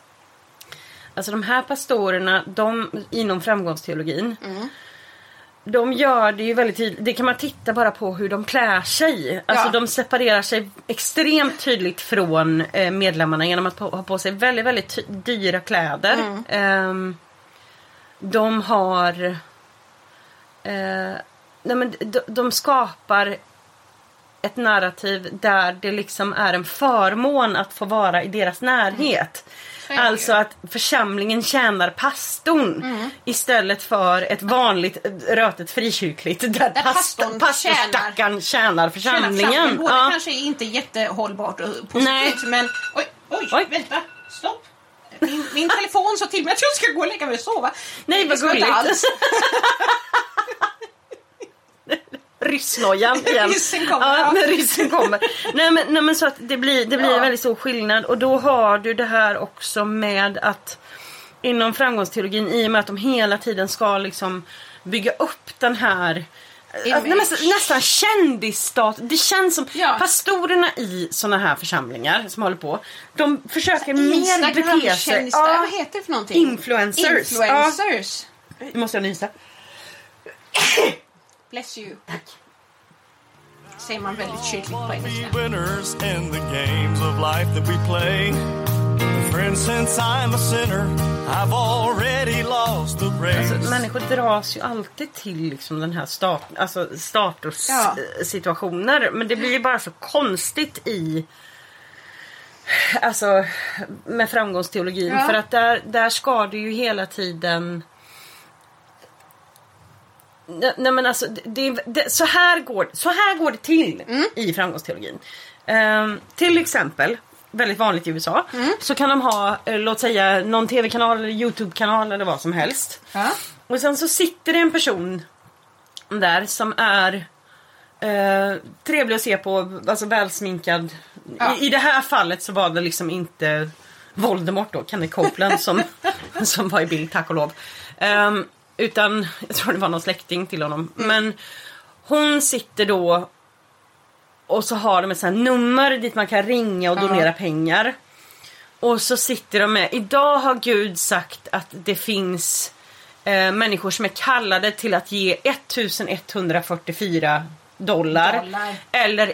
Alltså de här pastorerna, de inom framgångsteologin, mm. de gör det ju väldigt tydligt. Det kan man titta bara på hur de klär sig. Alltså ja. de separerar sig extremt tydligt från eh, medlemmarna genom att ha på sig väldigt, väldigt ty- dyra kläder. Mm. Um, De har eh, nej men de, de skapar ett narrativ där det liksom är en förmån att få vara i deras närhet. Mm. Alltså att församlingen tjänar pastorn mm. istället för ett vanligt rötet frikyrkligt där, där pastorn pastorstackan tjänar församlingen. Tjänar ja. Det kanske är inte jättehållbart och positivt, nej. men oj, oj, oj, vänta, stopp. Min, min telefon sa till mig att jag ska gå och lägga mig och sova. Nej, vad gulligt. Ryssnojan igen. Ryssen kommer. Ja, men ryssen kommer. nej, men, nej, men så att det blir, det blir ja. en väldigt stor skillnad. Och då har du det här också med att inom framgångsteologin, i och med att de hela tiden ska liksom bygga upp den här... Att, nästan, nästan kändisstat. Det känns som ja. pastorerna i såna här församlingar som håller på, de försöker mer bete sig. Ja, vad heter det för någonting? Influencers. Influencers. Ja. Nu måste jag nysa. Bless you. Tack. Säger man väldigt kyrkligt på engelska. Winners in the games of life that we play. Friend, since I'm a sinner, I've already lost the race. Alltså, människor dras ju alltid till liksom den här stat, alltså statussituationer, ja. men det blir ju bara så konstigt i alltså med framgångsteologin, ja. för att där, där ska du ju hela tiden nej men alltså det, det, så, här går, så här går det till mm. i framgångsteologin. Um, till exempel, väldigt vanligt i U S A, mm. så kan de ha, eh, låt säga, någon tv-kanal eller YouTube-kanal eller vad som helst. Ja. Och sen så sitter det en person där som är eh, trevlig att se på, alltså välsminkad. Ja. I, I det här fallet så var det liksom inte Voldemort då, Kenneth Copeland som, som var i bild, tack och lov. Um, utan, jag tror det var någon släkting till honom. Mm. Men hon sitter då och så har de ett sånt här nummer dit man kan ringa och donera uh-huh. pengar. Och så sitter de med, idag har Gud sagt att det finns eh, människor som är kallade till att ge ettusenetthundrafyrtiofyra dollar, dollar. Eller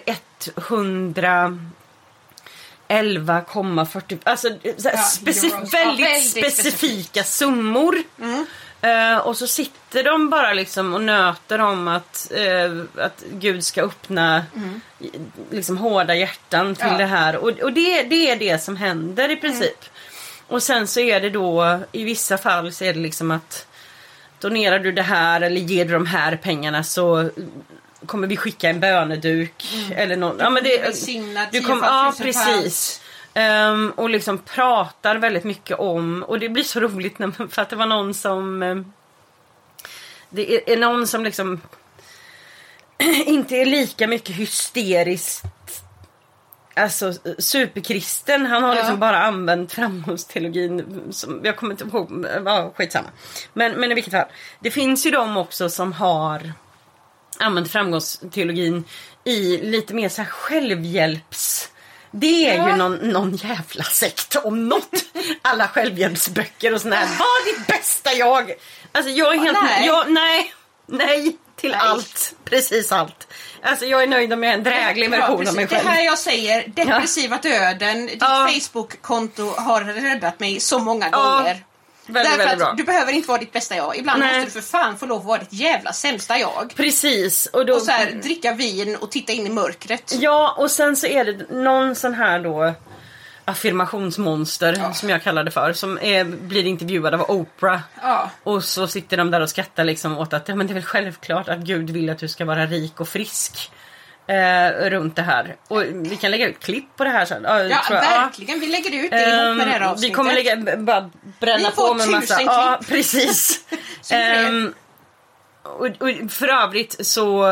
etthundraelva komma fyrtio, alltså ja, specif- väldigt, ja, väldigt specifika summor. Mm. Uh, och så sitter de bara liksom och nöter om att, uh, att Gud ska öppna mm. liksom hårda hjärtan till ja. det här. Och, och det, det är det som händer i princip. Mm. Och sen så är det då, i vissa fall så är det liksom att donerar du det här eller ger du de här pengarna så kommer vi skicka en böneduk. Mm. Eller någon, ja, men det, du kommer, ja, precis. Um, och liksom pratar väldigt mycket om, och det blir så roligt när, för att det var någon som um, det är, är någon som liksom inte är lika mycket hysteriskt, alltså superkristen, han har ja. liksom bara använt framgångsteologin som, jag kommer inte ihåg, ja, skitsamma, men, men i vilket fall, det finns ju de också som har använt framgångsteologin i lite mer så här självhjälps. Det är ja. ju någon, någon jävla sekt om något. Alla självhjälpsböcker och sån här. Vad är ditt bästa jag? Alltså jag är helt... Oh, nej. Jag, nej, nej till nej. allt. Precis allt. Alltså jag är nöjd med en dräglig version ja, av mig själv. Det här jag säger, depressiva ja. döden. Ditt ja. Facebook-konto har räddat mig så många ja. gånger. Väldigt, väldigt bra. Du behöver inte vara ditt bästa jag. Ibland Nej. måste du för fan få lov att vara ditt jävla sämsta jag. Precis. Och, då, och så här, dricka vin och titta in i mörkret. Ja, och sen så är det någon sån här då affirmationsmonster ja. som jag kallar det för, som är, blir intervjuad av Oprah. Ja. Och så sitter de där och skrattar liksom åt att ja, men det är väl självklart att Gud vill att du ska vara rik och frisk. Eh, runt det här. Och vi kan lägga ut klipp på det här sen. Ja, ja verkligen. Vi lägger ut det ihop med det här avsnittet. Vi kommer lägga, bara bränna vi på med massa. Ja, precis. um, och, och för övrigt så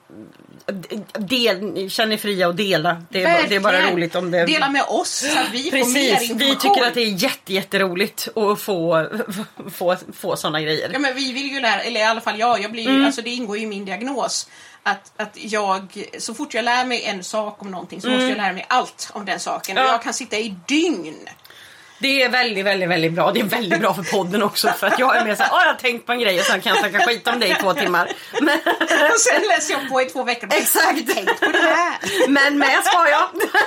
del, känn er fria och dela. Det är, det är bara roligt om det. Dela med oss så att vi precis, får mer information. Vi tycker att det är jätte, jätteroligt att få, få, få såna grejer. Ja, men vi vill ju lära, eller i alla fall jag, jag blir, mm. alltså det ingår ju i min diagnos. Att, att jag, så fort jag lär mig en sak om någonting så mm. måste jag lära mig allt om den saken. Ja. Och jag kan sitta i dygn. Det är väldigt, väldigt, väldigt bra. Det är väldigt bra för podden också. För att jag är med så här, jag har tänkt på en grej och sen kan jag snacka skit om det i två timmar. Men... och sen läser jag på i två veckor. Exakt. Tänk på det här. Men med ska jag.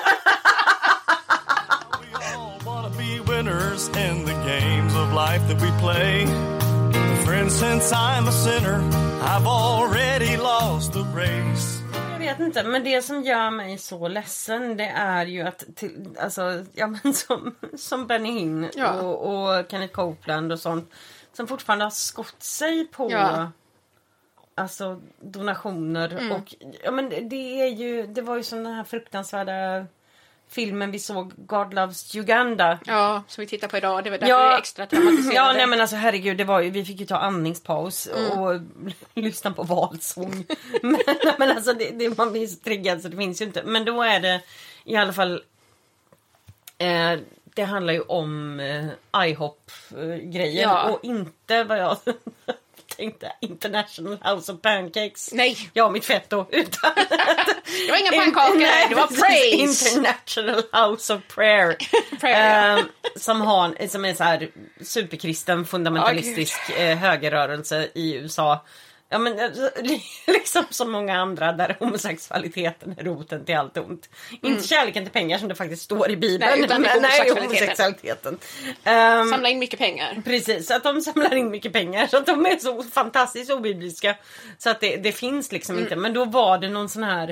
Winners in the games of life that we play. Friend, since I'm a sinner, I've already lost the race. Jag vet inte, men det som gör mig så ledsen, det är ju att till, alltså, ja, men som, som Benny Hinn ja. och, och Kenneth Copeland och sånt, som fortfarande har skott sig på ja. alltså donationer mm. och ja, men det är ju, det var ju sån här fruktansvärda filmen vi såg, God Loves Uganda. Ja, som vi tittar på idag. Det var därför ja. det är extra traumatiserande. Ja, nej men alltså herregud, det var ju, vi fick ju ta andningspaus mm. och lyssna på valsång. men, men alltså det, det, man blir så triggad så det finns ju inte. Men då är det i alla fall eh, det handlar ju om eh, I HOP-grejen ja. och inte vad jag tänkte International House of Pancakes. Nej. Ja, mitt fetto. Utan det var inga pannkakor, nej, det var praise. International House of Prayer. Prayer. um, som, har, som är så här superkristen, fundamentalistisk oh, högerrörelse i U S A. Ja, men liksom som många andra där homosexualiteten är roten till allt ont. Mm. Inte kärleken till pengar som det faktiskt står i Bibeln. Nej, utan men homosexualiteten. homosexualiteten. Um, Samla in mycket pengar. Precis, så att de samlar in mycket pengar. Så att de är så fantastiskt obibliska. Så att det, det finns liksom mm. inte. Men då var det någon sån här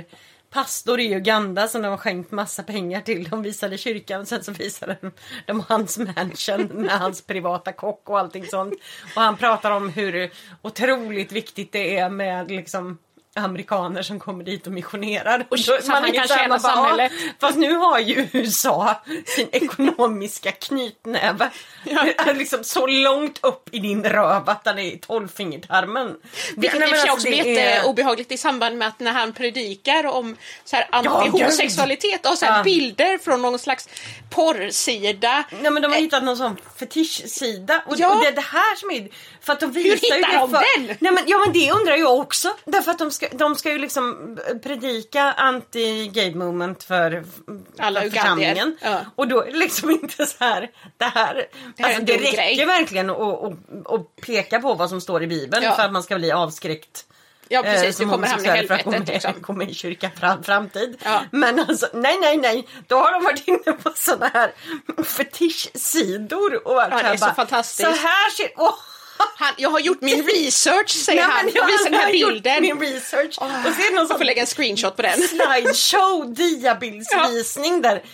pastor i Uganda som de har skänkt massa pengar till. De visade kyrkan och sen så visade de, de hans mansion med hans privata kock och allting sånt. Och han pratar om hur otroligt viktigt det är med liksom amerikaner som kommer dit och missionerar. Och så man kan tjäna samhället. Fast nu har ju U S A sin ekonomiska knytnäve ja. liksom så långt upp i din röv att den är i tolvfingertarmen. Vilket det, alltså, också blir jätteobehagligt är... i samband med att när han predikar om så här anti-homosexualitet och så här ja. bilder från någon slags porrsida. Nej, men de har eh. hittat någon sån fetischsida. Och, ja. och det är det här som är... För att de Hur hittar ju de för... den? Nej, men, ja, men det undrar jag också. Därför att de ska, de ska ju liksom predika anti-gay movement för, alla för församlingen. Ja. Och då är det liksom inte så här... Det här, det här alltså, det räcker grej. verkligen att, att, att peka på vad som står i Bibeln ja. för att man ska bli avskräckt. Ja, precis. Eh, det kommer hamna i helvetet. För att gå liksom. med, gå med i kyrkan fram, framtid. Ja. Men alltså, nej, nej, nej. Då har de varit inne på såna här fetischsidor. Och varit ja, det är så bara, fantastiskt. Så här ser... Oh. Han, jag har gjort min research, säger nej, han. Jag visar den här bilden. Min research. Oh, och ser någon jag får lägga en screenshot på den. Slideshow, diabildsvisning ja. där.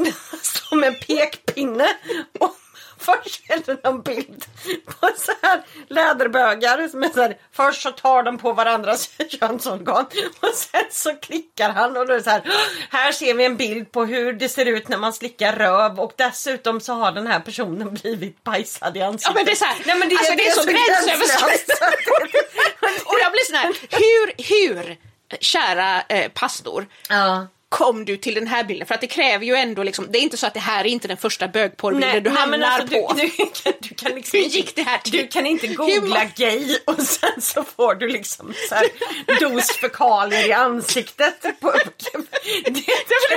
Som en pekpinne. Och först är det någon bild på så här läderbögar som är så här, först så tar de på varandras könsorgan och sen så klickar han och då är det så här, här ser vi en bild på hur det ser ut när man slickar röv och dessutom så har den här personen blivit bajsad i ansiktet. Ja, men det är så här, nej, men det, alltså, det, det är så gränsöverskridande. Och jag blir så här, hur, hur, kära eh, pastor, ja. kom du till den här bilden? För att det kräver ju ändå liksom, det är inte så att det här är inte den första bögporrbilden du nej, hamnar alltså, på. Du, du, kan, du kan liksom hur gick det här till? Du kan inte googla gay och sen så får du liksom så här dos fekalier i ansiktet. På, det, det,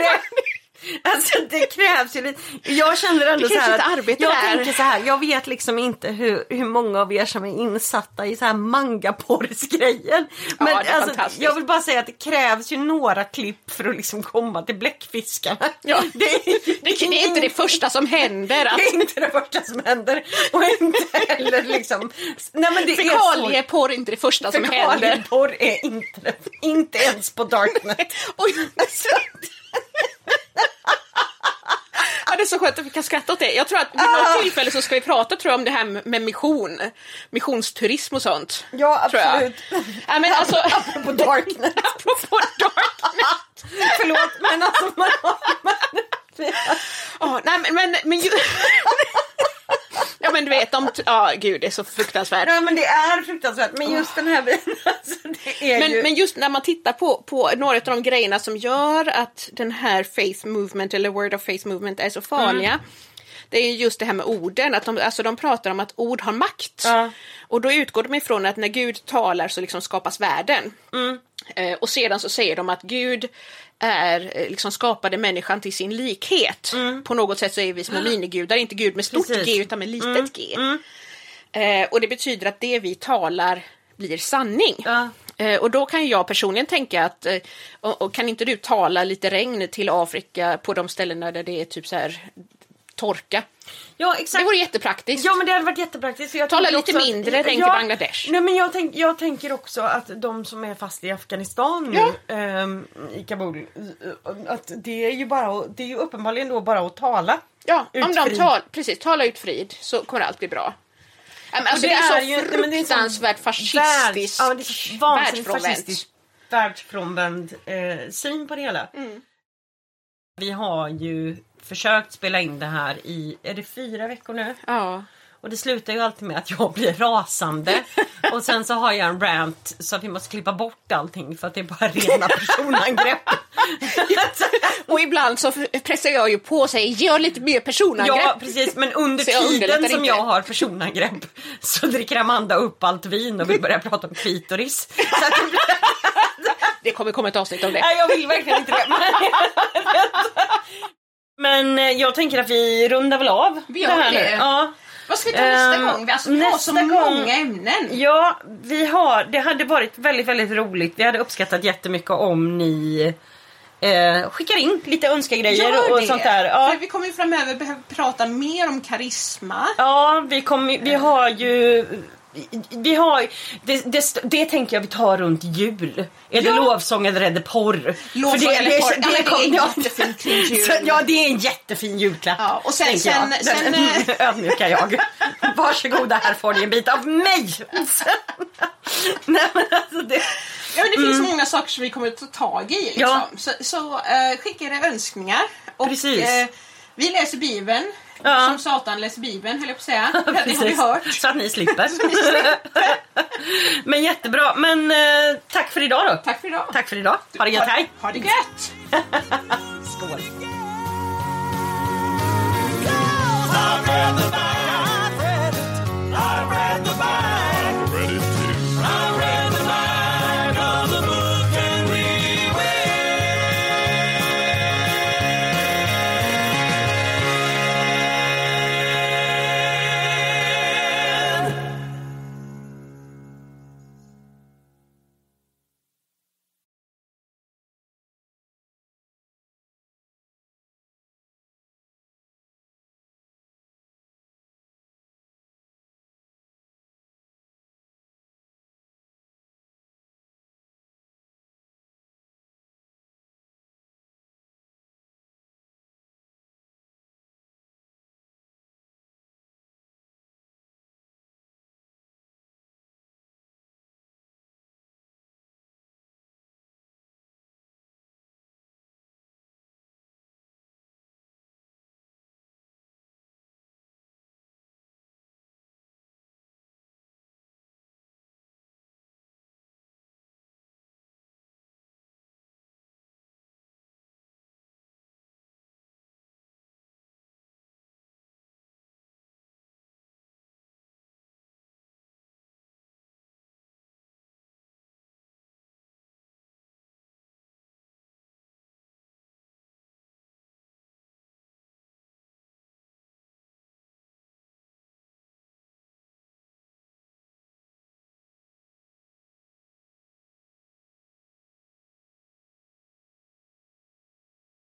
alltså det krävs ju lite. Jag känner ändå så här att arbete jag där. tänker så här, jag vet liksom inte hur, hur många av er som är insatta i så här mangaporrsgrejer. Men ja, alltså, jag vill bara säga att det krävs ju några klipp för att liksom komma till bläckfiskarna. Ja. Det, är, det, det är inte det första som händer. Att... Det är inte det första som händer. Och inte heller liksom... Nej, men det Fekalieporr är inte det första som händer. Fekalieporr är inte det. Inte ens på Darknet. Oj, alltså... Ja, det är så skönt att vi kan skratta åt det. Jag tror att vid något tillfälle så ska vi prata tror jag, om det här med mission. Missionsturism och sånt. Ja, absolut. Ja, men alltså... Apropå Darknet. Apropå Darknet. Förlåt, men alltså... Man, man, oh, nej, men... men, men ju... Ja, men du vet, de... Ja, gud, det är så fruktansvärt. Ja, men det är fruktansvärt. Men just den här biten, alltså, det är men, ju... men just när man tittar på, på några av de grejerna som gör att den här faith movement eller word of faith movement är så farliga. Mm. Det är just det här med orden. Att de, alltså de pratar om att ord har makt. Ja. Och då utgår de ifrån att när Gud talar så liksom skapas världen. Mm. Eh, och sedan så säger de att Gud är liksom skapade människan till sin likhet. Mm. På något sätt så är vi små minigudar, inte Gud med stort Precis. G utan med litet mm. G. Mm. Eh, och det betyder att det vi talar blir sanning. Ja. Eh, och då kan jag personligen tänka att eh, och, och kan inte du tala lite regn till Afrika på de ställena där det är typ så här torka? Ja, exakt. Det vore jättepraktiskt. Ja, men det hade varit jättepraktiskt. Jag tala lite också mindre att, regn ja, till Bangladesh. Nej, men jag, tänk, jag tänker också att de som är fast i Afghanistan nu, ja. ähm, i Kabul, att det är ju bara det är ju uppenbarligen då bara att tala. Ja, ut om de frid. tal, precis, tala ut frid så kommer allt bli bra. Alltså, det, det är, är så ju, fruktansvärt fascistiskt. Ja, det är så vansinnigt fascistiskt världsfrånvänd eh, syn på det hela. Mm. Vi har ju försökt spela in det här i, är det fyra veckor nu? Ja. Och det slutar ju alltid med att jag blir rasande. Och sen så har jag en rant så att vi måste klippa bort allting för att det är bara rena personangrepp. Och ibland så pressar jag ju på sig, gör lite mer personangrepp. Ja, precis. Men under tiden som jag har personangrepp så dricker Amanda upp allt vin och vi börjar prata om klitoris. Så att det, blir... det kommer komma ett avsnitt om det. Nej, jag vill verkligen inte det. Men jag tänker att vi rundar väl av. Vi gör det. det. Ja. Vad ska vi ta nästa um, gång? Vi alltså, har så gång, många ämnen. Ja, vi har, det hade varit väldigt, väldigt roligt. Vi hade uppskattat jättemycket om ni eh, skickar in lite önskegrejer och sånt där. Ja. För vi kommer ju framöver behöva prata mer om karisma. Ja, vi, kommer, vi har ju vi har, det, det, det tänker jag vi tar runt jul. Är det Ja. lovsång eller är det porr? Lovsång För det, eller det, porr. det, Ja, men det är kom- en jättefin till jul. Så, ja, det är en jättefin julklapp. Ja, och sen- tänker jag. sen- sen, Den, eh, ödmjukar jag. Varsågoda, här får ni en bit av mig. Nej, men alltså det... Ja, men det finns många saker som vi kommer att ta tag i. Liksom. Ja. Så, så äh, skicka era önskningar. Och, Precis. eh, vi läser Bibeln. Ja. Som Satan läser Bibeln, höll jag på att säga. Det har vi Precis. hört. Så att ni slipper. Men jättebra. Men eh, tack för idag då. Tack för idag. Tack för idag. Ha det gött, hej. Ha det gött! Skål.